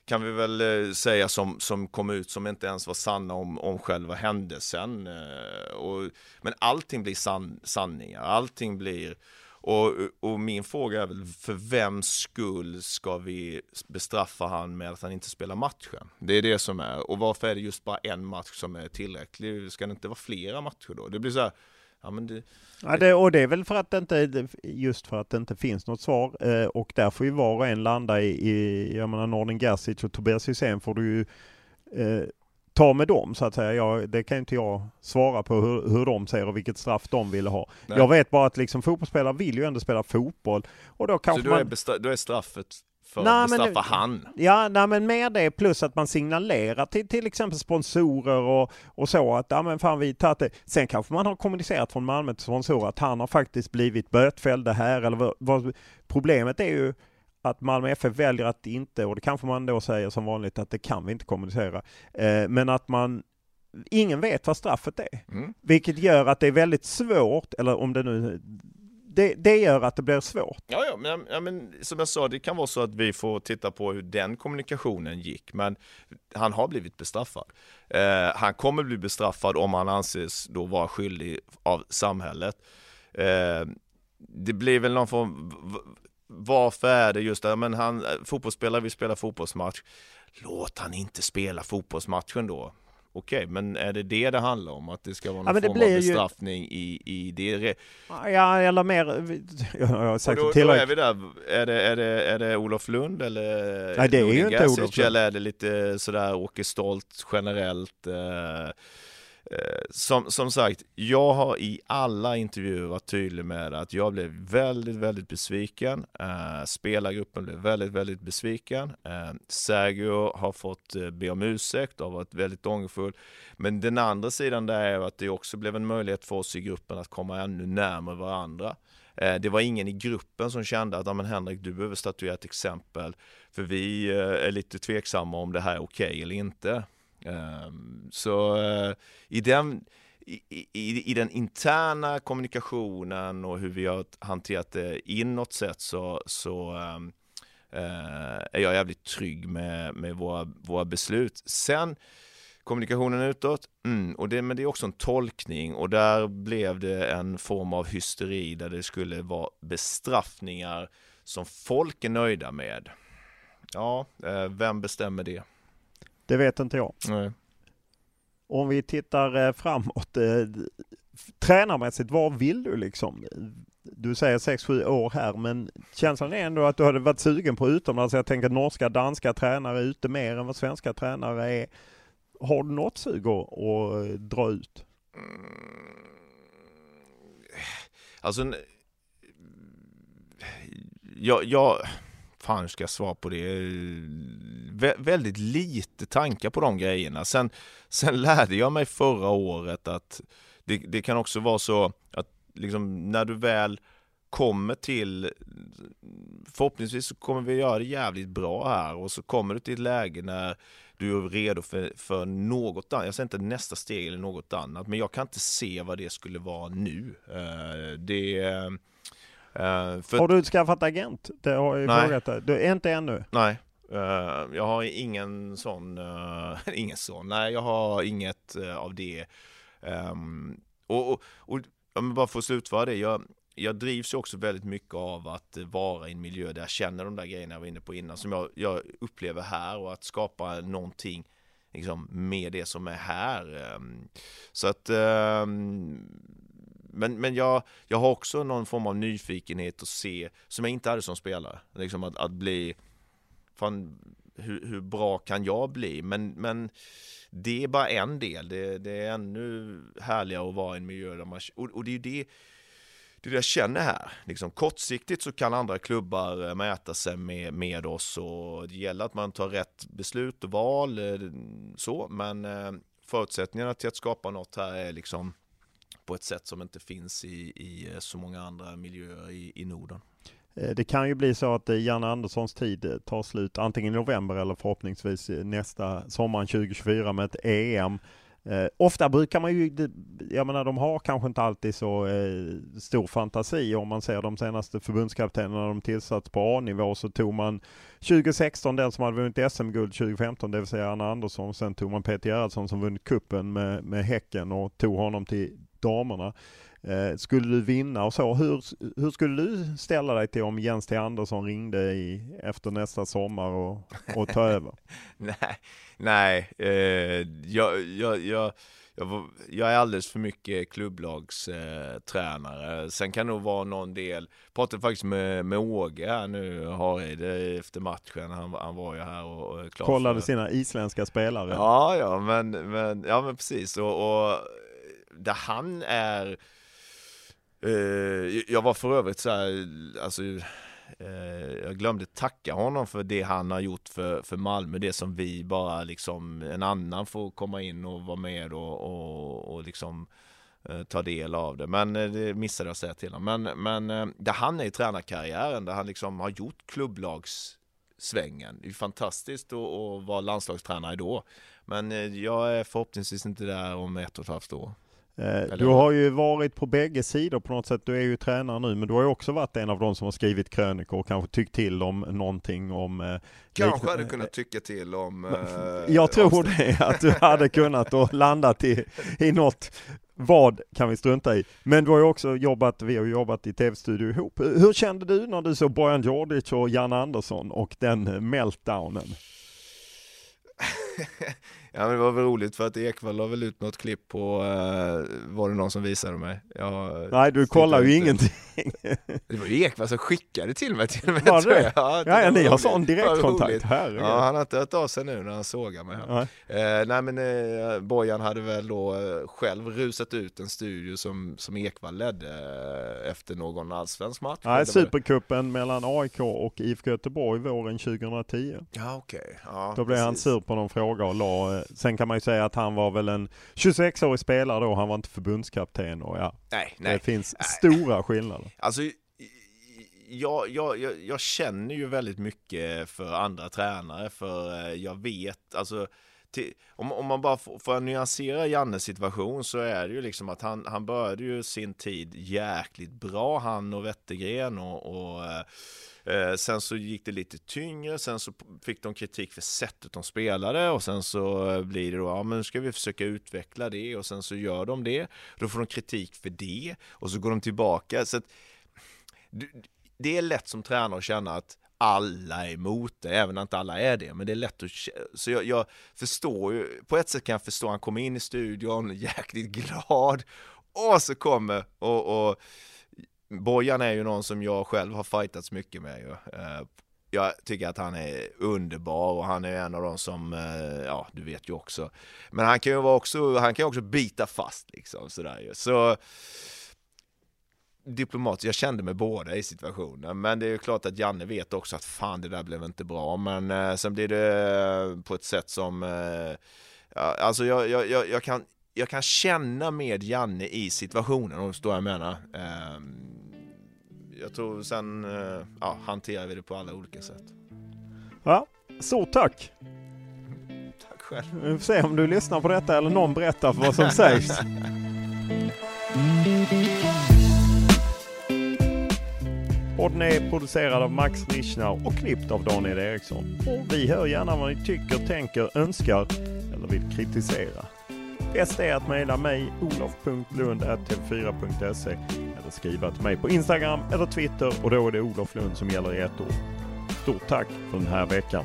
kan vi väl säga som kom ut som inte ens var sanna om själva händelsen. Men allting blir sanningar, allting blir... Och min fråga är väl, för vems skull ska vi bestraffa han med att han inte spelar matchen? Det är det som är. Och varför är det just bara en match som är tillräcklig? Ska det inte vara flera matcher då? Det blir så här... Ja, men och det är väl för att det inte finns något svar, och där får ju var och en landa i jag menar, Nordin Gerzic och Tobias Hysén får du ju ta med dem, så att säga. Det kan inte jag svara på hur de ser och vilket straff de vill ha. Nej. Jag vet bara att liksom, fotbollsspelare vill ju ändå spela fotboll, och då kanske så då är straffet för att bestraffa han. Ja, men med det plus att man signalerar till exempel sponsorer och så att ja, men fan, vi tar det. Sen kanske man har kommunicerat från Malmö till sponsorer att han har faktiskt blivit bötfälld det här, eller vad problemet är ju att Malmö FF väljer att inte, och det kanske man då säger som vanligt att det kan vi inte kommunicera, men att ingen vet vad straffet är. Vilket gör att det är väldigt svårt, eller om det nu det gör att det blir svårt. Ja, men som jag sa, det kan vara så att vi får titta på hur den kommunikationen gick. Men han har blivit bestraffad. Han kommer bli bestraffad om han anses då vara skyldig av samhället. Det blir väl någon form... Varför är det just det? Men fotbollsspelare vill spela fotbollsmatch. Låt han inte spela fotbollsmatchen då. Okej, men är det handlar om? Att det ska vara någon form av bestraffning i det? Ja, eller mer... Jag har sagt då är vi där. Är det Olof Lund eller... Nej, det är ju inte Olof Lund. Eller är det lite sådär Åke Stolt generellt? Som sagt, jag har i alla intervjuer varit tydlig med att jag blev väldigt, väldigt besviken. Spelargruppen blev väldigt, väldigt besviken. Sergio har fått be om ursäkt och har varit väldigt ångerfull. Men den andra sidan där är att det också blev en möjlighet för oss i gruppen att komma ännu närmare varandra. Det var ingen i gruppen som kände att men Henrik, du behöver statuera ett exempel, för vi är lite tveksamma om det här är okej eller inte. Så i den interna kommunikationen och hur vi har hanterat det inåt sett så är jag jävligt trygg med våra beslut. Sen kommunikationen utåt, men det är också en tolkning, och där blev det en form av hysteri där det skulle vara bestraffningar som folk är nöjda med. Ja, vem bestämmer det? Det vet inte jag. Nej. Om vi tittar framåt, tränarmässigt, vad vill du liksom? Du säger 6-7 år här, men känslan är ändå att du hade varit sugen på utomlands. Jag tänker att norska, danska tränare är ute mer än vad svenska tränare är. Har du något sug att dra ut? Alltså, fan ska jag svara på det? Väldigt lite tankar på de grejerna. Sen lärde jag mig förra året att det kan också vara så att liksom, när du väl kommer till, förhoppningsvis så kommer vi göra det jävligt bra här, och så kommer du till ett läge när du är redo för något annat. Jag säger inte nästa steg eller något annat, men jag kan inte se vad det skulle vara nu. Har du skaffat agent? Det har jag frågat dig. Du är inte ännu? Nej, jag har ingen sån. Nej, jag har inget av det. Och bara för att slutföra det, jag drivs ju också väldigt mycket av att vara i en miljö där jag känner de där grejerna jag var inne på innan, som jag upplever här, och att skapa någonting liksom med det som är här. Så att men jag har också någon form av nyfikenhet att se, som jag inte hade som spelare, liksom att bli fan, hur bra kan jag bli, men det är bara en del. Det är ännu härligare att vara i en miljö där man, och det är ju det jag känner här. Liksom, kortsiktigt så kan andra klubbar mäta sig med oss, och det gäller att man tar rätt beslut och val, så, men förutsättningarna till att skapa något här är liksom på ett sätt som inte finns i så många andra miljöer i Norden. Det kan ju bli så att Janne Anderssons tid tar slut antingen i november eller förhoppningsvis nästa sommaren 2024 med ett EM. Ofta brukar man ju jag menar, de har kanske inte alltid så stor fantasi. Om man ser de senaste förbundskaptenerna de tillsatts på A-nivå, så tog man 2016 den som hade vunnit SM-guld 2015, det vill säga Anna Andersson. Sen tog man Peter Gerhardsson som vunnit kuppen med Häcken och tog honom till damerna. Skulle du vinna och så, hur skulle du ställa dig till om Jens T. Andersson ringde efter nästa sommar och ta över? Nej, jag är alldeles för mycket klubblagstränare. Sen kan det nog vara någon del. Pratade faktiskt med Åge här nu, Hareid, efter matchen. Han var ju här och klar. Kollade sina isländska spelare. Ja, men precis. Och där han är. Jag var för övrigt så här, alltså. Jag glömde tacka honom för det han har gjort för Malmö, det som vi bara liksom en annan får komma in och vara med och liksom ta del av det, men det missade jag att säga till honom, men där han är i tränarkarriären, där han liksom har gjort klubblagssvängen, det är fantastiskt att vara landslagstränare då, men jag är förhoppningsvis inte där om 1,5 år. Du har ju varit på bägge sidor på något sätt. Du är ju tränare nu, men du har ju också varit en av de som har skrivit krönikor och kanske tyckt till om någonting om... Kanske hade kunnat tycka till om... jag tror det, att du hade kunnat och landat i något. Vad kan vi strunta i? Men du har ju också vi har jobbat i tv-studio ihop. Hur kände du när du såg Bojan Djordjic och Jan Andersson och den meltdownen? Ja, men det var väl roligt för att Ekvall la väl ut något klipp på, var det någon som visade mig? Nej, du kollar ju ingenting. Det var ju Ekvall som skickade till mig. Var det? Ja, ni har sån direktkontakt här. Ja, han har inte hört av sig nu när han sågar mig. Nej, men Bojan hade väl då själv rusat ut en studio som Ekvall ledde efter någon allsvensk match. Nej, Supercupen mellan AIK och IFK Göteborg våren 2010. Ja, okej. Ja, då blev han sur på någon fråga och sen kan man ju säga att han var väl en 26-årig spelare då, han var inte förbundskapten och det finns stora skillnader. Alltså jag känner ju väldigt mycket för andra tränare, för jag vet, alltså om man bara får nyansera Jannes situation, så är det ju liksom att han började ju sin tid jäkligt bra, han och Wettergren och sen så gick det lite tyngre, sen så fick de kritik för sättet de spelade, och sen så blir det då, ja men nu ska vi försöka utveckla det, och sen så gör de det, då får de kritik för det, och så går de tillbaka. Så att, det är lätt som tränare att känna att alla är emot det, även om inte alla är det, men det är lätt att, så jag förstår ju, på ett sätt kan jag förstå, han kommer in i studion jäkligt glad, och så kommer och Bojan är ju någon som jag själv har fightats mycket med ju. Jag tycker att han är underbar, och han är en av de som, ja du vet ju också, men han kan ju också bita fast liksom sådär ju. Så diplomat, jag kände med båda i situationen, men det är ju klart att Janne vet också att fan, det där blev inte bra, men sen blir det på ett sätt som alltså jag kan känna med Janne i situationen, om du förstår vad jag menar. Jag tror sen hanterar vi det på alla olika sätt. Ja, så tack. Tack själv. Vi får se om du lyssnar på detta eller någon berättar för vad som sägs. Podden är producerad av Max Nischner och klippt av Daniel Eriksson. Och vi hör gärna vad ni tycker, tänker, önskar eller vill kritisera. Bäst är att mejla mig olof.lund@tv4.se eller skriva till mig på Instagram eller Twitter, och då är det Olof Lund som gäller i ett ord. Stort tack för den här veckan.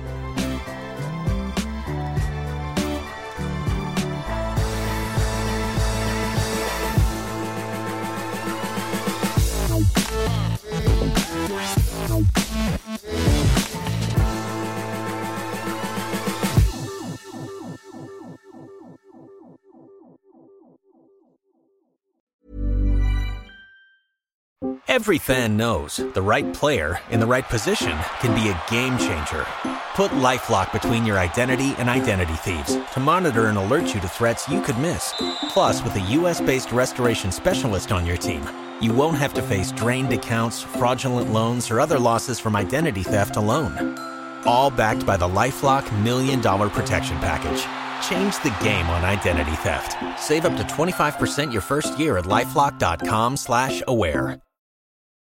Every fan knows the right player in the right position can be a game changer. Put LifeLock between your identity and identity thieves to monitor and alert you to threats you could miss. Plus, with a US-based restoration specialist on your team, you won't have to face drained accounts, fraudulent loans, or other losses from identity theft alone. All backed by the LifeLock $1 Million Protection Package. Change the game on identity theft. Save up to 25% your first year at LifeLock.com/aware.